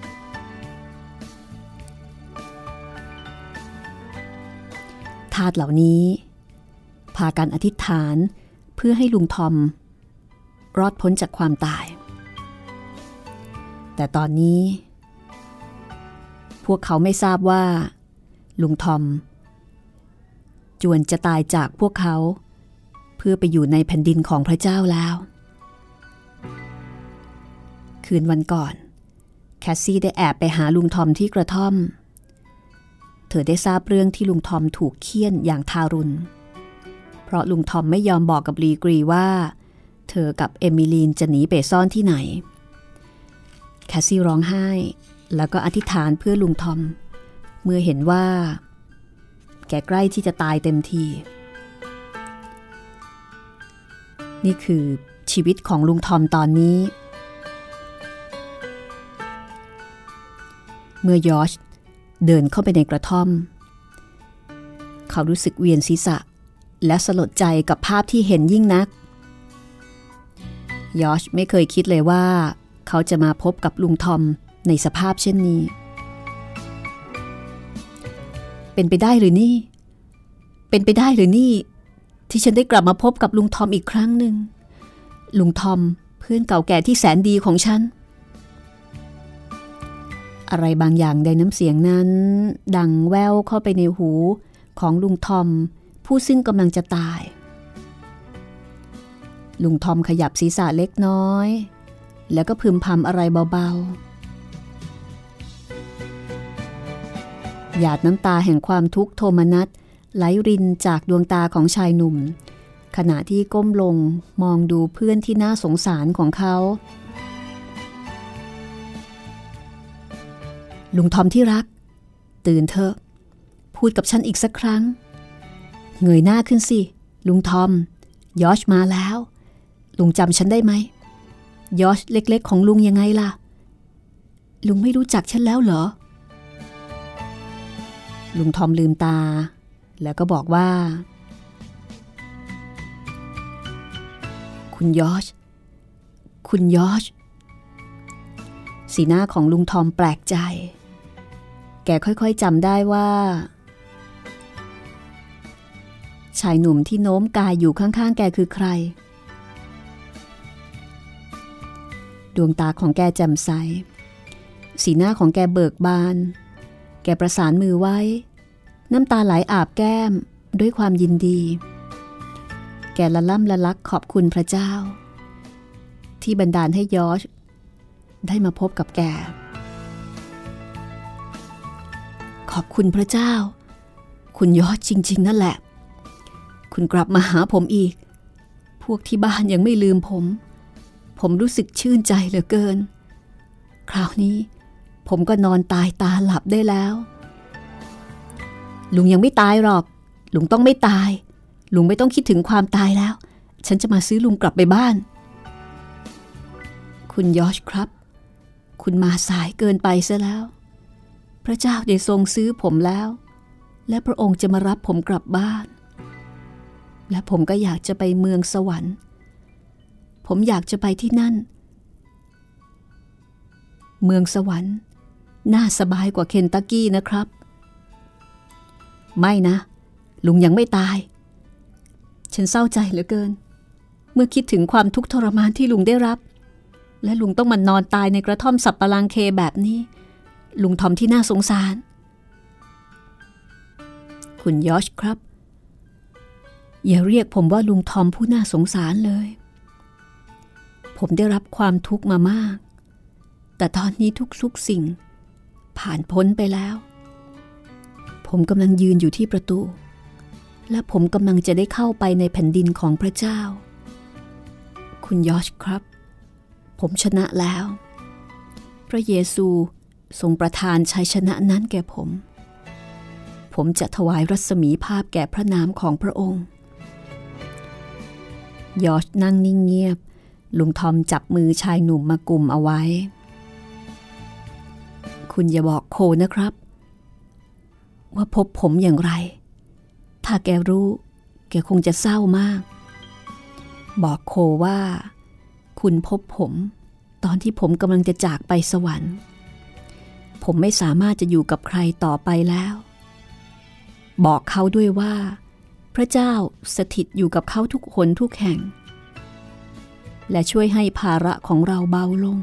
Speaker 3: ทาสเหล่านี้พากันอธิษฐานเพื่อให้ลุงทอมรอดพ้นจากความตายแต่ตอนนี้พวกเขาไม่ทราบว่าลุงทอมจวนจะตายจากพวกเขาเพื่อไปอยู่ในแผ่นดินของพระเจ้าแล้วคืนวันก่อนแคสซี่ได้แอบไปหาลุงทอมที่กระท่อมเธอได้ทราบเรื่องที่ลุงทอมถูกเฆี่ยนอย่างทารุณเพราะลุงทอมไม่ยอมบอกกับลีกรีว่าเธอกับเอมิลีนจะหนีไปซ่อนที่ไหนแคสซี่ร้องไห้แล้วก็อธิษฐานเพื่อลุงทอมเมื่อเห็นว่าแกใกล้ที่จะตายเต็มทีนี่คือชีวิตของลุงทอมตอนนี้เมื่อยอชเดินเข้าไปในกระท่อมเขารู้สึกเวียนศีรษะและสลดใจกับภาพที่เห็นยิ่งนักยอชไม่เคยคิดเลยว่าเขาจะมาพบกับลุงทอมในสภาพเช่นนี้เป็นไปได้หรือนี่เป็นไปได้หรือนี่ที่ฉันได้กลับมาพบกับลุงทอมอีกครั้งหนึ่งลุงทอมเพื่อนเก่าแก่ที่แสนดีของฉันอะไรบางอย่างในน้ำเสียงนั้นดังแว่วเข้าไปในหูของลุงทอมผู้ซึ่งกำลังจะตายลุงทอมขยับศีรษะเล็กน้อยแล้วก็พึมพำอะไรเบาๆหยาดน้ำตาแห่งความทุกข์โทมนัสไหลรินจากดวงตาของชายหนุ่มขณะที่ก้มลงมองดูเพื่อนที่น่าสงสารของเขาลุงทอมที่รักตื่นเถอะพูดกับฉันอีกสักครั้งเงยหน้าขึ้นสิลุงทอมยอชมาแล้วลุงจำฉันได้ไหมยอชเล็กๆของลุงยังไงล่ะลุงไม่รู้จักฉันแล้วเหรอลุงทอมลืมตาแล้วก็บอกว่าคุณยอชสีหน้าของลุงทอมแปลกใจแกค่อยๆจำได้ว่าชายหนุ่มที่โน้มกายอยู่ข้างๆแกคือใครดวงตาของแกแจ่มใสสีหน้าของแกเบิกบานแกประสานมือไว้น้ำตาไหลอาบแก้มด้วยความยินดีแกละล่ำละลักขอบคุณพระเจ้าที่บันดาลให้ยอชได้มาพบกับแกขอบคุณพระเจ้าคุณยอชจริงๆนั่นแหละคุณกลับมาหาผมอีกพวกที่บ้านยังไม่ลืมผมรู้สึกชื่นใจเหลือเกินคราวนี้ผมก็นอนตายตาหลับได้แล้วลุงยังไม่ตายหรอกลุงต้องไม่ตายลุงไม่ต้องคิดถึงความตายแล้วฉันจะมาซื้อลุงกลับไปบ้านคุณยอชครับคุณมาสายเกินไปซะแล้วพระเจ้าได้ทรงซื้อผมแล้วและพระองค์จะมารับผมกลับบ้านและผมก็อยากจะไปเมืองสวรรค์ผมอยากจะไปที่นั่นเมืองสวรรค์น่าสบายกว่าเคนตักกี้นะครับไม่นะลุงยังไม่ตายฉันเศร้าใจเหลือเกินเมื่อคิดถึงความทุกข์ทรมานที่ลุงได้รับและลุงต้องมานอนตายในกระท่อมสับปะรังเคแบบนี้ลุงทอมที่น่าสงสารคุณยอชครับอย่าเรียกผมว่าลุงทอมผู้น่าสงสารเลยผมได้รับความทุกข์มามากแต่ตอนนี้ทุกสิ่งผ่านพ้นไปแล้วผมกำลังยืนอยู่ที่ประตูและผมกำลังจะได้เข้าไปในแผ่นดินของพระเจ้าคุณยอชครับผมชนะแล้วพระเยซูทรงประทานชัยชนะนั้นแก่ผมจะถวายรัศมีภาพแก่พระนามของพระองค์ยอชนั่งนิ่งเงียบลุงทอมจับมือชายหนุ่มมากุมเอาไว้คุณอย่าบอกโคนะครับว่าพบผมอย่างไรถ้าแกรู้แกคงจะเศร้ามากบอกโคว่าคุณพบผมตอนที่ผมกำลังจะจากไปสวรรค์ผมไม่สามารถจะอยู่กับใครต่อไปแล้วบอกเขาด้วยว่าพระเจ้าสถิตอยู่กับเขาทุกคนทุกแห่งและช่วยให้ภาระของเราเบาลง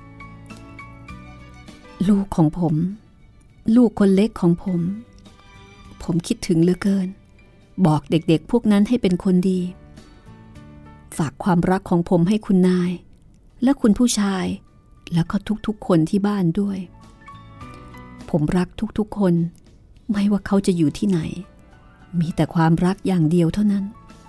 Speaker 3: ลูกของผมลูกคนเล็กของผมคิดถึงเหลือเกินบอกเด็กๆพวกนั้นให้เป็นคนดีฝากความรักของผมให้คุณนายและคุณผู้ชายแล้วก็ทุกๆคนที่บ้านด้วยผมรักทุกๆคนไม่ว่าเขาจะอยู่ที่ไหนมีแต่ความรักอย่างเดียวเท่านั้น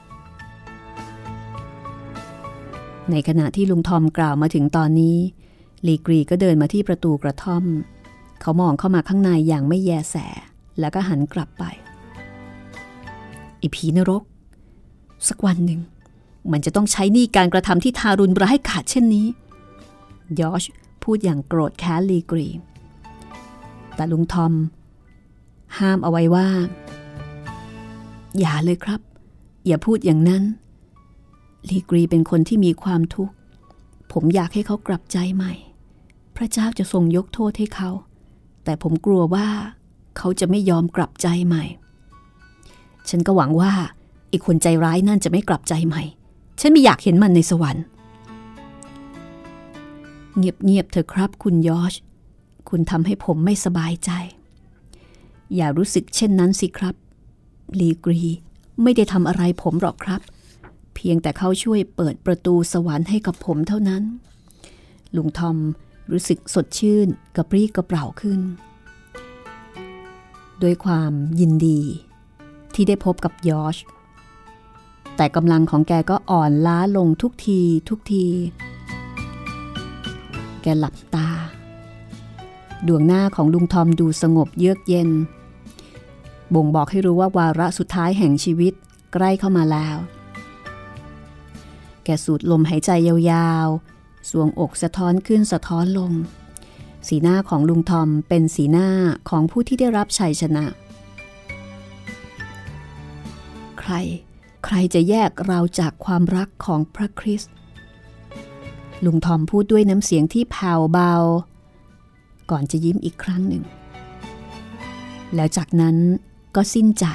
Speaker 3: ในขณะที่ลุงทอมกล่าวมาถึงตอนนี้ลีกรีก็เดินมาที่ประตูกระท่อมเขามองเข้ามาข้างในอย่างไม่แยแสแล้วก็หันกลับไปไอ้ผีนรกสักวันหนึ่งมันจะต้องใช้หนี้การกระทำที่ทารุณร้ายกาจเช่นนี้ยอชพูดอย่างโกรธแค้นลีกรีแต่ลุงทอมห้ามเอาไว้ว่าอย่าเลยครับอย่าพูดอย่างนั้นลีกรีเป็นคนที่มีความทุกข์ผมอยากให้เขากลับใจใหม่พระเจ้าจะทรงยกโทษให้เขาแต่ผมกลัวว่าเขาจะไม่ยอมกลับใจใหม่ฉันก็หวังว่าไอ้คนใจร้ายนั่นจะไม่กลับใจใหม่ฉันไม่อยากเห็นมันในสวรรค์เงียบๆเถอะครับคุณยอชคุณทำให้ผมไม่สบายใจอย่ารู้สึกเช่นนั้นสิครับลีกรีไม่ได้ทำอะไรผมหรอกครับเพียงแต่เขาช่วยเปิดประตูสวรรค์ให้กับผมเท่านั้นลุงทอมรู้สึกสดชื่นกระปรี้กระเปร่าขึ้นด้วยความยินดีที่ได้พบกับยอร์จแต่กำลังของแกก็อ่อนล้าลงทุกทีแกหลับตาดวงหน้าของลุงทอมดูสงบเยือกเย็นบ่งบอกให้รู้ว่าวาระสุดท้ายแห่งชีวิตใกล้เข้ามาแล้วแกสูดลมหายใจยาวๆสวงอกสะท้อนขึ้นสะท้อนลงสีหน้าของลุงทอมเป็นสีหน้าของผู้ที่ได้รับชัยชนะใครจะแยกเราจากความรักของพระคริสต์ลุงทอมพูดด้วยน้ำเสียงที่แผ่วเบาก่อนจะยิ้มอีกครั้งหนึ่งแล้วจากนั้นก็สิ้นใจ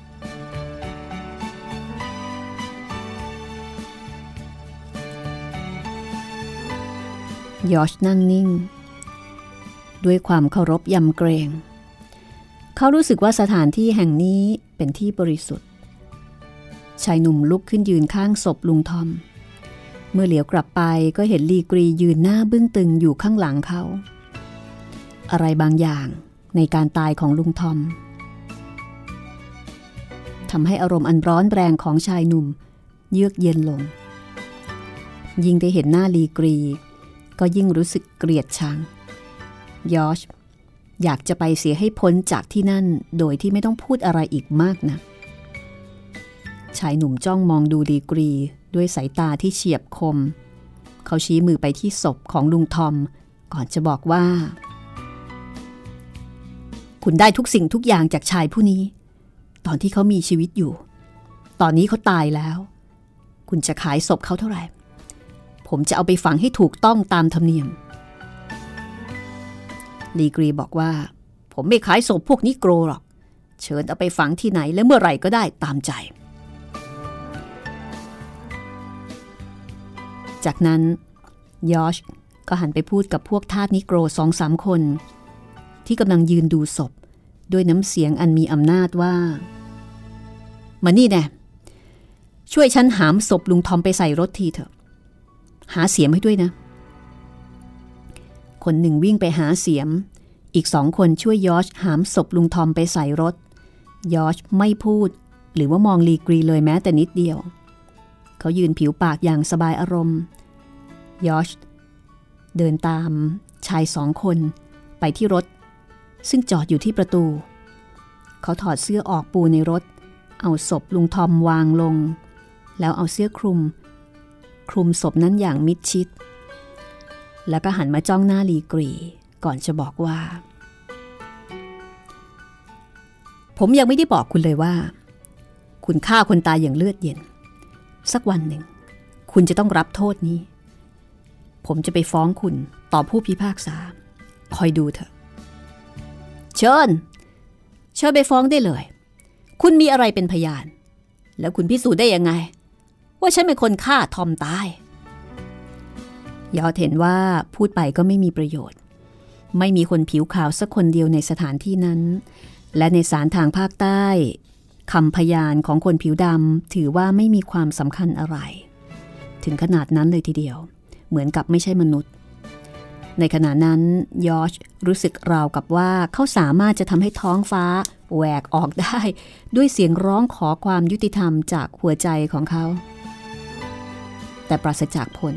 Speaker 3: ยอร์จนั่งนิ่งด้วยความเคารพยำเกรงเขารู้สึกว่าสถานที่แห่งนี้เป็นที่บริสุทธิ์ชายหนุ่มลุกขึ้นยืนข้างศพลุงทอมเมื่อเหลียวกลับไปก็เห็นลีกรียืนหน้าบึ้งตึงอยู่ข้างหลังเขาอะไรบางอย่างในการตายของลุงทอมทำให้อารมณ์อันร้อนแรงของชายหนุ่มเยือกเย็นลงยิ่งได้เห็นหน้าลีกรีก็ยิ่งรู้สึกเกลียดชังยอร์จอยากจะไปเสียให้พ้นจากที่นั่นโดยที่ไม่ต้องพูดอะไรอีกมากนะชายหนุ่มจ้องมองดูลีกรีด้วยสายตาที่เฉียบคมเขาชี้มือไปที่ศพของลุงทอมก่อนจะบอกว่าคุณได้ทุกสิ่งทุกอย่างจากชายผู้นี้ตอนที่เขามีชีวิตอยู่ตอนนี้เขาตายแล้วคุณจะขายศพเขาเท่าไหร่ผมจะเอาไปฝังให้ถูกต้องตามธรรมเนียมลีกรีบอกว่าผมไม่ขายศพพวกนิโกรหรอกเชิญเอาไปฝังที่ไหนและเมื่อไหร่ก็ได้ตามใจจากนั้นยอร์จก็หันไปพูดกับพวกทาสนิโกร 2-3 คนที่กำลังยืนดูศพด้วยน้ำเสียงอันมีอำนาจว่ามานี่แน่ช่วยฉันหามศพลุงทอมไปใส่รถทีเถอะหาเสียมให้ด้วยนะคนหนึ่งวิ่งไปหาเสียมอีก2 คนช่วยยอร์จหามศพลุงทอมไปใส่รถยอร์จไม่พูดหรือว่ามองลีกรีเลยแม้แต่นิดเดียวเขายืนผิวปากอย่างสบายอารมณ์ยอร์จเดินตามชาย2 คนไปที่รถซึ่งจอดอยู่ที่ประตูเขาถอดเสื้อออกปูในรถเอาศพลุงทอมวางลงแล้วเอาเสื้อคลุมศพนั้นอย่างมิดชิดแล้วก็หันมาจ้องหน้าลีกรีก่อนจะบอกว่าผมยังไม่ได้บอกคุณเลยว่าคุณฆ่าคนตายอย่างเลือดเย็นสักวันหนึ่งคุณจะต้องรับโทษนี้ผมจะไปฟ้องคุณต่อผู้พิพากษาคอยดูเถอะเชิญไปฟ้องได้เลยคุณมีอะไรเป็นพยานแล้วคุณพิสูจน์ได้ยังไงว่าฉันเป็นคนฆ่าทอมตายยอร์จเห็นว่าพูดไปก็ไม่มีประโยชน์ไม่มีคนผิวขาวสักคนเดียวในสถานที่นั้นและในศาลทางภาคใต้คำพยานของคนผิวดำถือว่าไม่มีความสำคัญอะไรถึงขนาดนั้นเลยทีเดียวเหมือนกับไม่ใช่มนุษย์ในขณะนั้นยอร์จรู้สึกราวกับว่าเขาสามารถจะทำให้ท้องฟ้าแหวกออกได้ด้วยเสียงร้องขอความยุติธรรมจากหัวใจของเขาแต่ปราศจากผล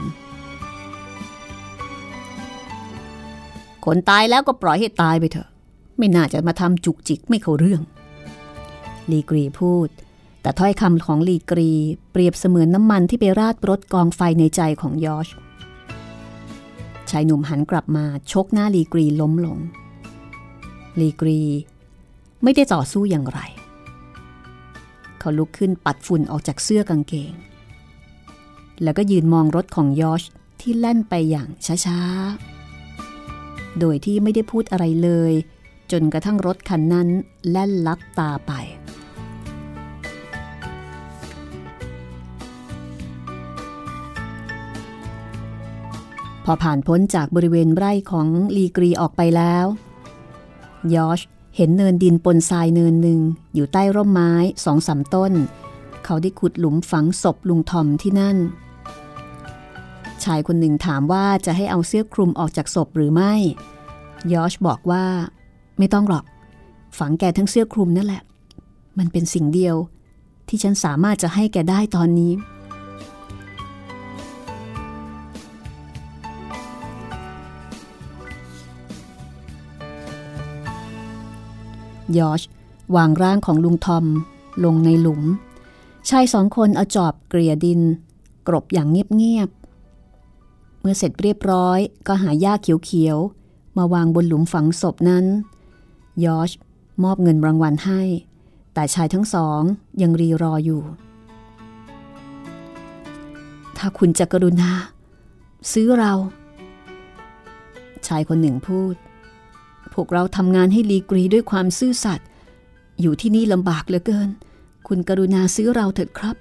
Speaker 3: คนตายแล้วก็ปล่อยให้ตายไปเถอะไม่น่าจะมาทำจุกจิกไม่เข้าเรื่องลีกรีพูดแต่ถ้อยคำของลีกรีเปรียบเสมือนน้ำมันที่ไปราดรถกองไฟในใจของยอร์จชายหนุ่มหันกลับมาชกหน้าลีกรีล้มลงลีกรีไม่ได้ต่อสู้อย่างไรเขาลุกขึ้นปัดฝุ่นออกจากเสื้อกางเกงแล้วก็ยืนมองรถของยอร์จที่แล่นไปอย่างช้าๆโดยที่ไม่ได้พูดอะไรเลยจนกระทั่งรถคันนั้นแล่นลับตาไปพอผ่านพ้นจากบริเวณไร่ของลีกรีออกไปแล้วยอชเห็นเนินดินปนทรายเนินหนึ่งอยู่ใต้ร่มไม้2-3 ต้นเขาได้ขุดหลุมฝังศพลุงทอมที่นั่นชายคนหนึ่งถามว่าจะให้เอาเสื้อคลุมออกจากศพหรือไม่ยอชบอกว่าไม่ต้องหรอกฝังแกทั้งเสื้อคลุมนั่นแหละมันเป็นสิ่งเดียวที่ฉันสามารถจะให้แกได้ตอนนี้ยอชวางร่างของลุงทอมลงในหลุมชาย2 คนเอาจอบเกลี่ยดินกรบอย่างเงียบๆเมื่อเสร็จเรียบร้อยก็หาหญ้าเขียวๆมาวางบนหลุมฝังศพนั้นยอชมอบเงินรางวัลให้แต่ชายทั้งสองยังรีรออยู่ถ้าคุณจะกรุณาซื้อเราชายคนหนึ่งพูดพวกเราทำงานให้ลีกรีด้วยความซื่อสัตย์อยู่ที่นี่ลำบากเหลือเกินคุณกรุณาซื้อเราเถิดครับ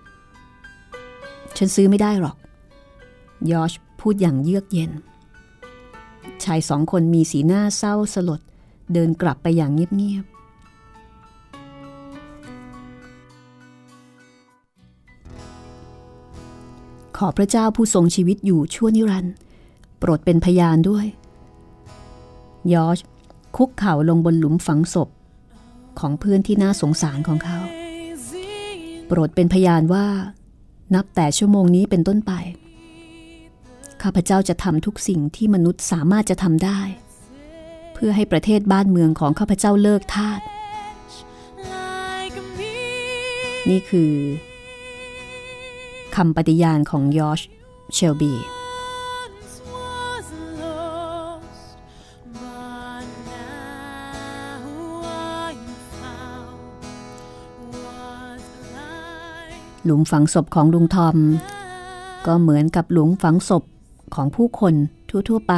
Speaker 3: ฉันซื้อไม่ได้หรอกยอชพูดอย่างเยือกเย็นชาย2 คนมีสีหน้าเศร้าสลดเดินกลับไปอย่างเงียบๆขอพระเจ้าผู้ทรงชีวิตอยู่ชั่วนิรันดร์โปรดเป็นพยานด้วยยอชคุกเข่าลงบนหลุมฝังศพของเพื่อนที่น่าสงสารของเขาโปรดเป็นพยานว่านับแต่ชั่วโมงนี้เป็นต้นไปข้าพเจ้าจะทำทุกสิ่งที่มนุษย์สามารถจะทำได้เพื่อให้ประเทศบ้านเมืองของข้าพเจ้าเลิกทาสนี่คือคำปฏิญาณของยอชเชลบีหลุมฝังศพของลุงทอมก็เหมือนกับหลุมฝังศพของผู้คนทั่วๆไป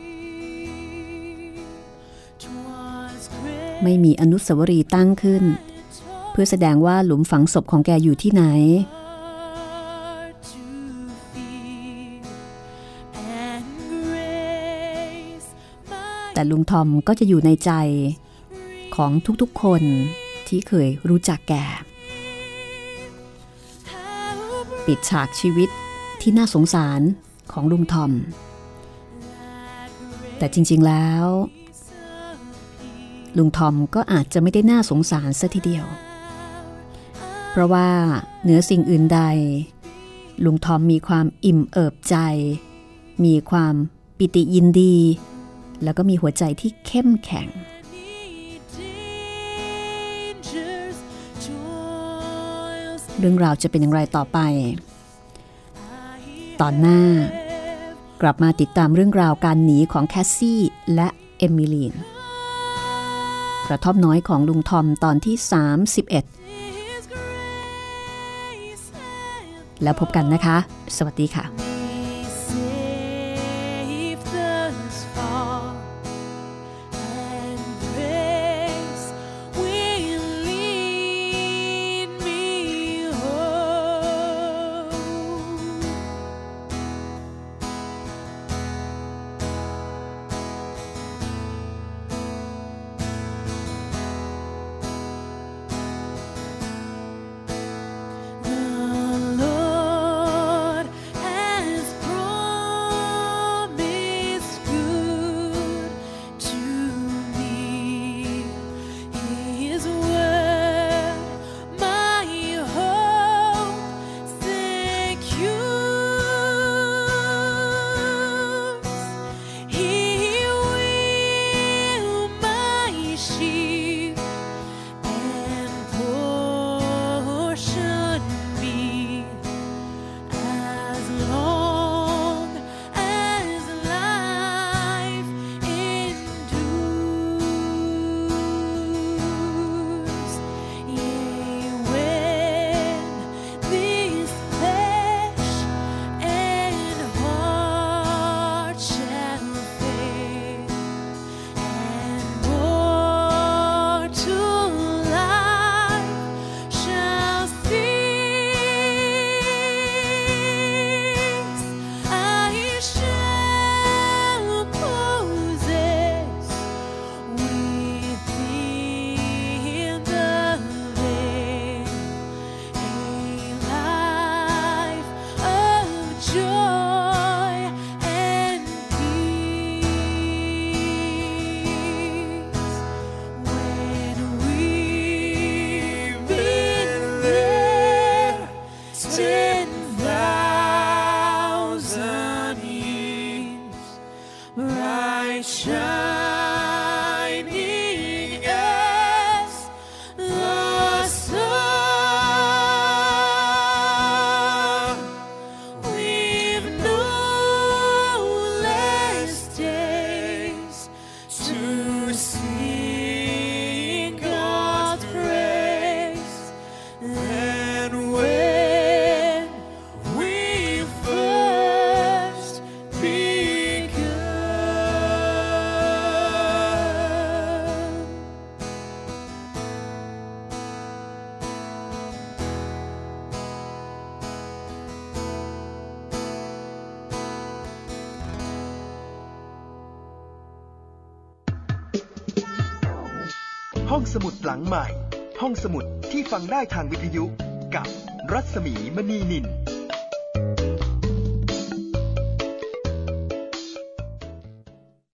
Speaker 3: ไม่มีอนุสาวรีย์ตั้งขึ้นเพื่อแสดงว่าหลุมฝังศพของแกอยู่ที่ไหนแต่ลุงทอมก็จะอยู่ในใจของทุกๆคนที่เคยรู้จักแกปิดฉากชีวิตที่น่าสงสารของลุงทอมแต่จริงๆแล้วลุงทอมก็อาจจะไม่ได้น่าสงสารซะทีเดียวเพราะว่าเหนือสิ่งอื่นใดลุงทอมมีความอิ่มเอิบใจมีความปิติยินดีแล้วก็มีหัวใจที่เข้มแข็งเรื่องราวจะเป็นอย่างไรต่อไปตอนหน้ากลับมาติดตามเรื่องราวการหนีของแคสซี่และเอมิลีนกระท่อมน้อยของลุงทอมตอนที่31แล้วพบกันนะคะสวัสดีค่ะ
Speaker 2: shining as the sun. We've no less days to sing God's praise than when we first begun.
Speaker 1: ห้องสมุดหลังใหม่ ห้องสมุดที่ฟังได้ทางวิทยุกับรัศมีมณีนิน